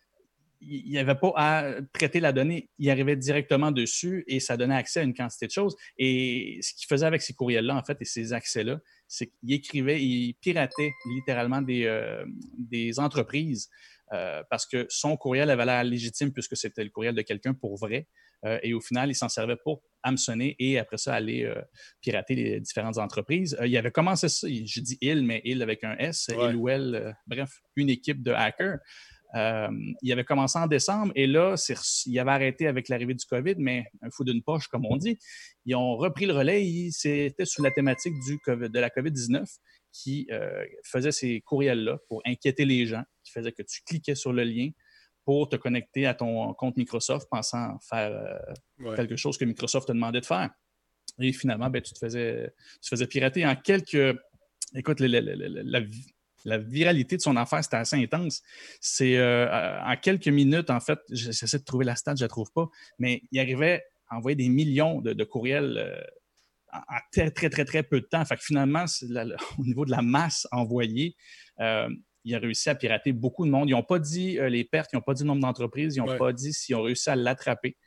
il n'y avait pas à traiter la donnée. Il arrivait directement dessus et ça donnait accès à une quantité de choses. Et ce qu'il faisait avec ces courriels-là, en fait, et ces accès-là, c'est qu'il écrivait, il piratait littéralement des, euh, des entreprises euh, parce que son courriel avait l'air légitime puisque c'était le courriel de quelqu'un pour vrai. Euh, et au final, il s'en servait pour hameçonner et après ça, aller euh, pirater les différentes entreprises. Euh, il avait commencé ça, je dis il, mais il avec un S, ouais. il ou elle, euh, bref, une équipe de hackers. Euh, il avait commencé en décembre et là, c'est, il avait arrêté avec l'arrivée du COVID, mais un fou d'une poche, comme on dit. Ils ont repris le relais. Ils, c'était sous la thématique du COVID, de la covid dix-neuf qui euh, faisait ces courriels-là pour inquiéter les gens, qui faisait que tu cliquais sur le lien pour te connecter à ton compte Microsoft pensant faire euh, ouais. quelque chose que Microsoft te demandait de faire. Et finalement, ben, tu, te faisais, tu te faisais pirater en quelques... Écoute, la, la, la, la, la La viralité de son affaire, c'était assez intense. C'est euh, en quelques minutes, en fait, j'essaie de trouver la stat, je ne la trouve pas, mais il arrivait à envoyer des millions de, de courriels euh, en très, très, très, très peu de temps. Fait que finalement, la, la, au niveau de la masse envoyée, euh, il a réussi à pirater beaucoup de monde. Ils n'ont pas dit euh, les pertes, ils n'ont pas dit le nombre d'entreprises, ils n'ont ouais. pas dit s'ils ont réussi à l'attraper.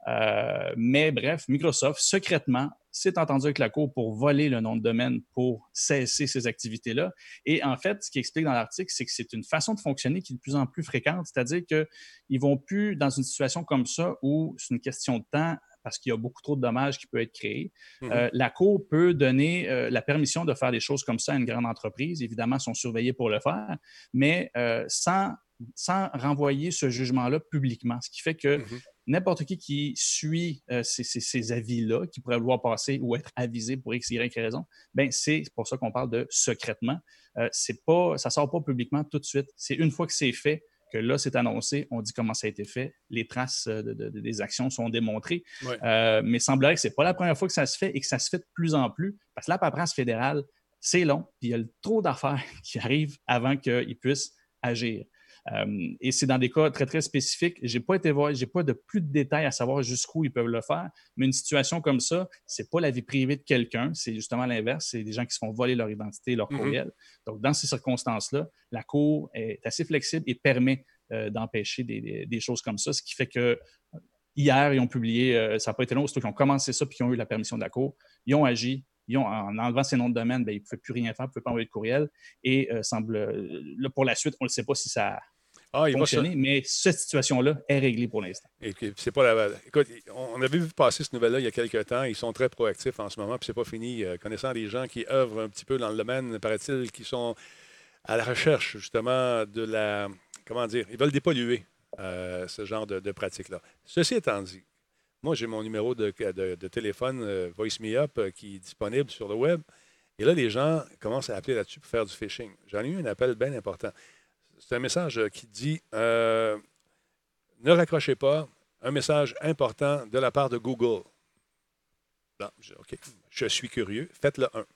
Euh, mais bref, Microsoft, secrètement, s'est entendu avec la Cour pour voler le nom de domaine pour cesser ces activités-là. Et en fait, ce qui explique dans l'article, c'est que c'est une façon de fonctionner qui est de plus en plus fréquente, c'est-à-dire qu'ils ne vont plus dans une situation comme ça où c'est une question de temps parce qu'il y a beaucoup trop de dommages qui peuvent être créés. Mm-hmm. Euh, la Cour peut donner euh, la permission de faire des choses comme ça à une grande entreprise. Évidemment, ils sont surveillés pour le faire, mais euh, sans, sans renvoyer ce jugement-là publiquement, ce qui fait que mm-hmm. n'importe qui qui suit euh, ces, ces, ces avis-là, qui pourrait le voir passer ou être avisé pour X, Y raison, bien, c'est pour ça qu'on parle de secrètement. Euh, c'est pas, ça ne sort pas publiquement tout de suite. C'est une fois que c'est fait, que là, c'est annoncé, on dit comment ça a été fait, les traces de, de, de, des actions sont démontrées. Ouais. Euh, mais il semblerait que ce n'est pas la première fois que ça se fait et que ça se fait de plus en plus, parce que la paperasse fédérale, c'est long, puis il y a trop d'affaires qui arrivent avant qu'ils puissent agir. Euh, et c'est dans des cas très, très spécifiques. Je n'ai pas été voir, j'ai pas de plus de détails à savoir jusqu'où ils peuvent le faire, mais une situation comme ça, ce n'est pas la vie privée de quelqu'un, c'est justement l'inverse, c'est des gens qui se font voler leur identité, leur courriel. Mm-hmm. Donc, dans ces circonstances-là, la Cour est assez flexible et permet euh, d'empêcher des, des, des choses comme ça, ce qui fait que hier, ils ont publié, euh, ça n'a pas été long, surtout qu'ils ont commencé ça puis qu'ils ont eu la permission de la Cour, ils ont agi. Ils ont, en enlevant ces noms de domaine, bien, ils ne pouvaient plus rien faire, ils ne pouvaient pas envoyer de courriel. Et euh, semble, là, pour la suite, on ne sait pas si ça a ah, fonctionné, mais cette situation-là est réglée pour l'instant. Et c'est pas la... Écoute, on avait vu passer cette nouvelle-là il y a quelques temps. Ils sont très proactifs en ce moment, puis c'est pas fini. Euh, connaissant des gens qui œuvrent un petit peu dans le domaine, paraît-il, qui sont à la recherche, justement, de la... Comment dire? Ils veulent dépolluer euh, ce genre de, de pratique-là. Ceci étant dit, moi, j'ai mon numéro de, de, de téléphone euh, Voice Me Up euh, qui est disponible sur le web. Et là, les gens commencent à appeler là-dessus pour faire du phishing. J'en ai eu un appel bien important. C'est un message qui dit euh, « Ne raccrochez pas, un message important de la part de Google. » Bon, je, OK, je suis curieux. Faites le un.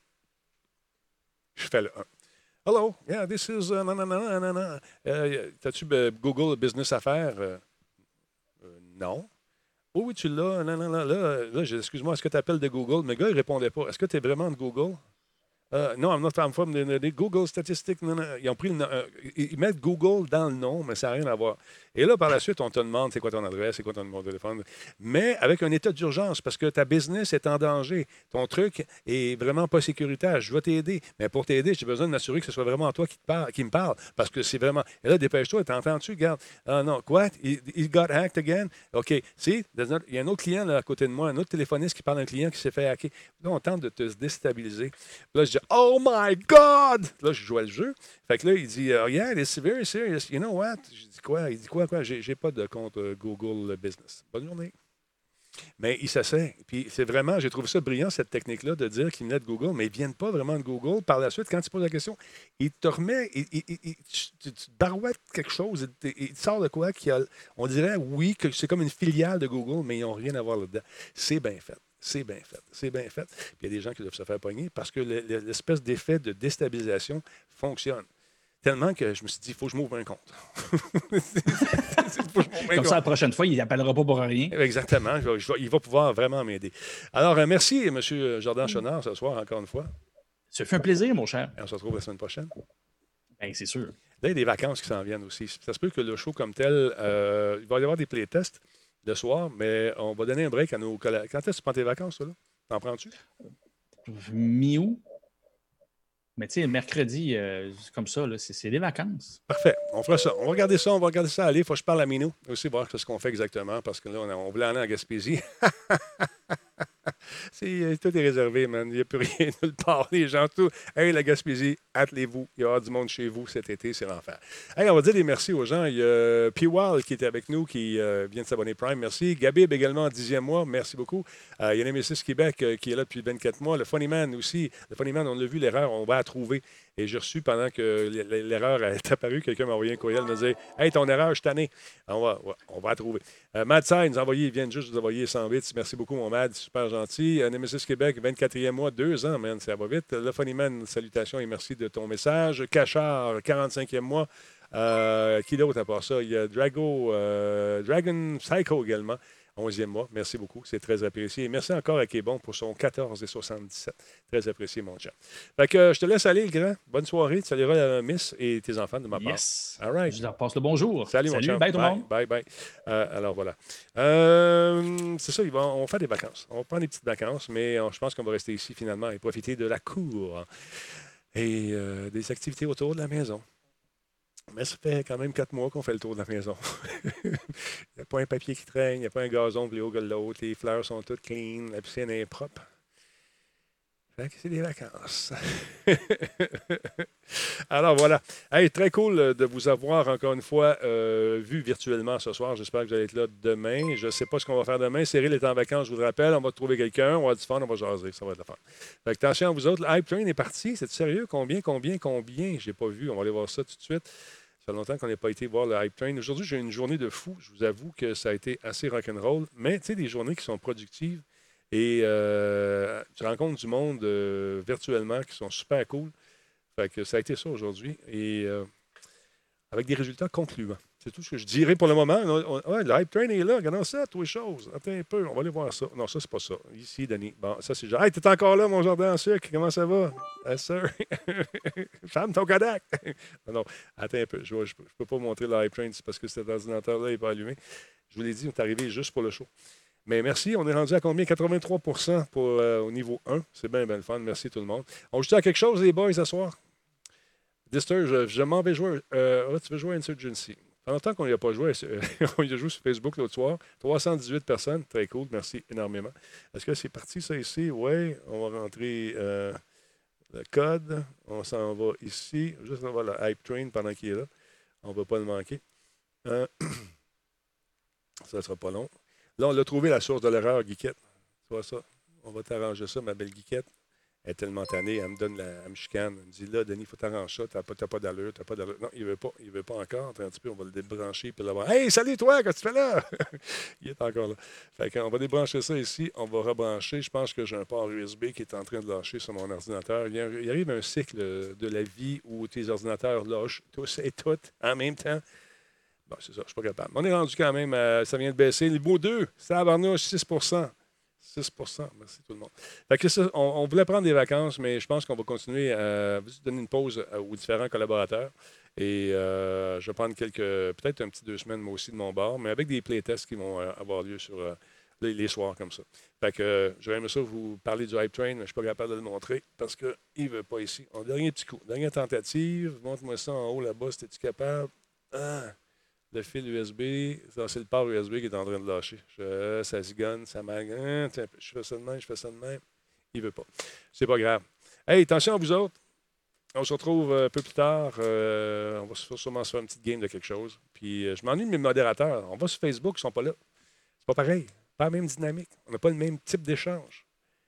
Je fais le un. « Hello, yeah, this is... Uh, non, non, non, non, non. Uh, t'as-tu uh, Google Business Affaires? Uh, uh, non. Oh oui, tu l'as. Non, non, non. Là, là excuse-moi, est-ce que tu appelles de Google? Mais le gars, il ne répondait pas. Est-ce que tu es vraiment de Google? Uh, non, I'm not I'm from the, the Google Statistics. Non, non. Ils ont pris le nom. Uh, ils mettent Google dans le nom, mais ça n'a rien à voir. Et là, par la suite, on te demande c'est quoi ton adresse, c'est quoi ton numéro de téléphone. Mais avec un état d'urgence, parce que ta business est en danger. Ton truc est vraiment pas sécuritaire. Je vais t'aider. Mais pour t'aider, j'ai besoin de m'assurer que ce soit vraiment toi qui, te parle, qui me parle. Parce que c'est vraiment. Et là, dépêche-toi, t'entends-tu? Regarde. Ah non, quoi? He, he got hacked again? OK. See, il y a un autre client là, à côté de moi, un autre téléphoniste qui parle d'un client qui s'est fait hacker. Là, on tente de te déstabiliser. Là, je dis, oh my God! Là, je jouais le jeu. Fait que là, il dit, oh yeah, it's very serious. You know what? Je dis quoi? Il dit quoi? quoi? J'ai, j'ai pas de compte euh, Google Business. Bonne journée. Mais il s'essaie. Puis c'est vraiment, j'ai trouvé ça brillant, cette technique-là, de dire qu'ils venaient de Google, mais ils ne viennent pas vraiment de Google. Par la suite, quand tu poses la question, il te remet, il, il, il, il, tu, tu te barouettes quelque chose, il, il te sort de quoi qui a, on dirait, oui, que c'est comme une filiale de Google, mais ils n'ont rien à voir là-dedans. C'est bien fait. C'est bien fait. C'est bien fait. Puis il y a des gens qui doivent se faire pogner parce que le, le, l'espèce d'effet de déstabilisation fonctionne. Tellement que je me suis dit, il faut que je m'ouvre un compte. Comme compte. Ça, la prochaine fois, il n'appellera pas pour rien. Exactement. Je vais, je vais, il va pouvoir vraiment m'aider. Alors, euh, merci, M. Jordan Chouinard, ce soir, encore une fois. Ça fait un plaisir, mon cher. Et on se retrouve la semaine prochaine. Bien, c'est sûr. Là, il y a des vacances qui s'en viennent aussi. Ça se peut que le show comme tel, euh, il va y avoir des playtests le soir, mais on va donner un break à nos collègues. Quand est-ce que tu prends tes vacances, toi, là? T'en prends-tu? Mi-août. Mais tu sais, mercredi, euh, comme ça, là, c'est, c'est des vacances. Parfait. On fera ça. On va regarder ça. On va regarder ça aller. Il faut que je parle à Minou aussi, voir ce qu'on fait exactement, parce que là, on, a, on voulait aller en Gaspésie. c'est, tout est réservé, man. Il n'y a plus rien nulle part. Les gens, tout. Hey, la Gaspésie, attelez-vous. Il y aura du monde chez vous cet été. C'est l'enfer. Hey, on va dire des merci aux gens. Il y a P-Wall qui était avec nous, qui euh, vient de s'abonner Prime. Merci. Gabib également en dixième mois. Merci beaucoup. Euh, il y a Nemesis Québec euh, qui est là depuis vingt-quatre mois. Le Funnyman aussi. Le Funnyman, on l'a vu, l'erreur. On va la trouver. Et j'ai reçu, pendant que l'erreur est apparue, quelqu'un m'a envoyé un courriel, me disait « Hey, ton erreur, je suis tanné. » On va, on va la trouver. Euh, Mad Side nous a envoyé, il vient juste nous envoyer cent bits. Merci beaucoup, mon Mad, super gentil. Euh, Nemesis Québec, vingt-quatrième mois, deux ans, man, ça va vite. Le Funnyman, salutations et merci de ton message. Cachard, quarante-cinquième mois. Euh, qui d'autre à part ça? Il y a Drago, euh, Dragon Psycho également. onzième mois. Merci beaucoup. C'est très apprécié. Et merci encore à Kébon pour son quatorze et soixante-dix-sept. Très apprécié, mon chat. Fait que euh, je te laisse aller, le grand. Bonne soirée. Tu salueras la Miss et tes enfants de ma part. Yes. All right. Je leur passe le bonjour. Salut, Salut mon chat. bye tout le Bye, monde. bye, bye. Euh, alors, voilà. Euh, c'est ça, ils vont, on va faire des vacances. On va prendre des petites vacances, mais on, je pense qu'on va rester ici, finalement, et profiter de la cour et euh, des activités autour de la maison. Mais ça fait quand même quatre mois qu'on fait le tour de la maison. Il n'y a pas un papier qui traîne, il n'y a pas un gazon plus haut que l'autre, les fleurs sont toutes clean, la piscine est propre. Fait que c'est des vacances. Alors voilà. Hey, très cool de vous avoir encore une fois euh, vu virtuellement ce soir. J'espère que vous allez être là demain. Je ne sais pas ce qu'on va faire demain. Cyril est en vacances, je vous le rappelle. On va trouver quelqu'un, on va avoir du fun, on va jaser. Ça va être la fun. Fait que attention à vous autres. Le Hype Train est parti. C'est sérieux? Combien, combien, combien? Je n'ai pas vu. On va aller voir ça tout de suite. Ça fait longtemps qu'on n'a pas été voir le Hype Train. Aujourd'hui, j'ai eu une journée de fou. Je vous avoue que ça a été assez rock'n'roll. Mais tu sais, des journées qui sont productives. Et euh, tu rencontres du monde euh, virtuellement qui sont super cool. Fait que ça a été ça aujourd'hui. Et euh, avec des résultats concluants. C'est tout ce que je dirais pour le moment. On, on, ouais, le Hype Train est là. Regardons ça, toutes les choses. Attends un peu, on va aller voir ça. Non, ça, c'est pas ça. Ici, Denis. Bon, ça, c'est genre. Hey, t'es encore là, mon jardin en sucre. Comment ça va? Yes, sir. Ferme ton Kodak. non, non, attends un peu. Je ne peux pas montrer le Hype Train. C'est parce que cet ordinateur-là n'est pas allumé. Je vous l'ai dit, on est arrivé juste pour le show. Mais merci, on est rendu à combien? quatre-vingt-trois pour cent pour, euh, au niveau un. C'est bien, bien le fun. Merci tout le monde. On joue à quelque chose, les boys, ce soir? Dister, je, je m'en vais jouer. Euh, oh, tu veux jouer à Insurgency? Ça fait longtemps qu'on n'y a pas joué. On y a joué sur Facebook l'autre soir. trois cent dix-huit personnes. Très cool. Merci énormément. Est-ce que c'est parti, ça, ici? Oui. On va rentrer euh, le code. On s'en va ici. Juste on va le Hype Train pendant qu'il est là. On ne va pas le manquer. Euh, ça ne sera pas long. Là, on a trouvé la source de l'erreur, Guiquette. Tu vois ça? On va t'arranger ça, ma belle Guiquette. Elle est tellement tannée, elle me donne la elle me chicane. Elle me dit, là, Denis, il faut t'arranger ça. T'as pas, t'as pas d'allure, t'as pas d'allure. Non, il veut pas. Il veut pas encore. Attends un petit peu, on va le débrancher puis l'avoir. Hey, salut toi, qu'est-ce que tu fais là? Il est encore là. Fait qu'on va débrancher ça ici. On va rebrancher. Je pense que j'ai un port U S B qui est en train de lâcher sur mon ordinateur. Il, y a, il arrive un cycle de la vie où tes ordinateurs lâchent tous et toutes en même temps. Bon, c'est ça, je ne suis pas capable. On est rendu quand même, euh, ça vient de baisser. Niveau deux, ça a six pour cent. six pour cent, merci tout le monde. Fait que ça, on, on voulait prendre des vacances, mais je pense qu'on va continuer à vous donner une pause aux différents collaborateurs. Et euh, je vais prendre quelques, peut-être un petit deux semaines, moi aussi, de mon bord, mais avec des playtests qui vont euh, avoir lieu sur euh, les, les soirs comme ça. Fait que euh, j'aurais aimé ça vous parler du Hype Train, mais je ne suis pas capable de le montrer parce qu'il ne veut pas ici. On dernier petit coup, dernière tentative. Montre-moi ça en haut là-bas, si tu capable. Ah! Le fil U S B, ça, c'est le port U S B qui est en train de lâcher. Je, ça zigonne, ça m'agace. Je fais ça de même, je fais ça de même. Il ne veut pas. C'est pas grave. Hey, attention à vous autres. On se retrouve un peu plus tard. Euh, on va sûrement se faire une petite game de quelque chose. Puis euh, je m'ennuie de mes modérateurs. On va sur Facebook, ils ne sont pas là. C'est pas pareil. Pas la même dynamique. On n'a pas le même type d'échange.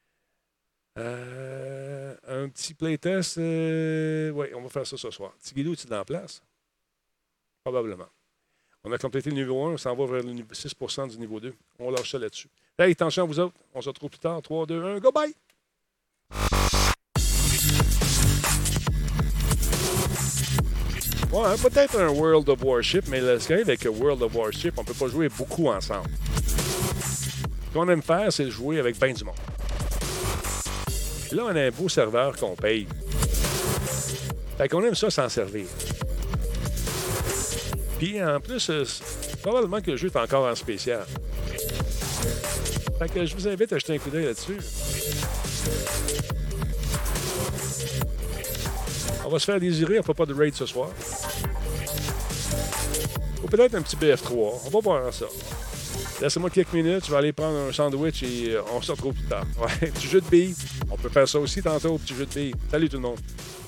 Euh, un petit playtest. Euh, oui, on va faire ça ce soir. Tigidou, es-tu dans la place? Probablement. On a complété le niveau un, on s'en va vers le six pour cent du niveau deux. On lâche ça là-dessus. Hey, attention à vous autres. On se retrouve plus tard. trois, deux, un, go bye! Ouais, peut-être un World of Warship, mais ce qui arrive avec World of Warship, on ne peut pas jouer beaucoup ensemble. Ce qu'on aime faire, c'est jouer avec ben du monde. Et là, on a un beau serveur qu'on paye. Fait qu'on aime ça s'en servir. Puis en plus, euh, probablement que le jeu est encore en spécial. Fait que je vous invite à jeter un coup d'œil là-dessus. On va se faire désirer, on ne fait pas de raid ce soir. Ou peut-être un petit B F trois. On va voir ça. Laissez-moi quelques minutes, je vais aller prendre un sandwich et on se retrouve plus tard. Ouais, petit jeu de billes. On peut faire ça aussi tantôt, petit jeu de billes. Salut tout le monde.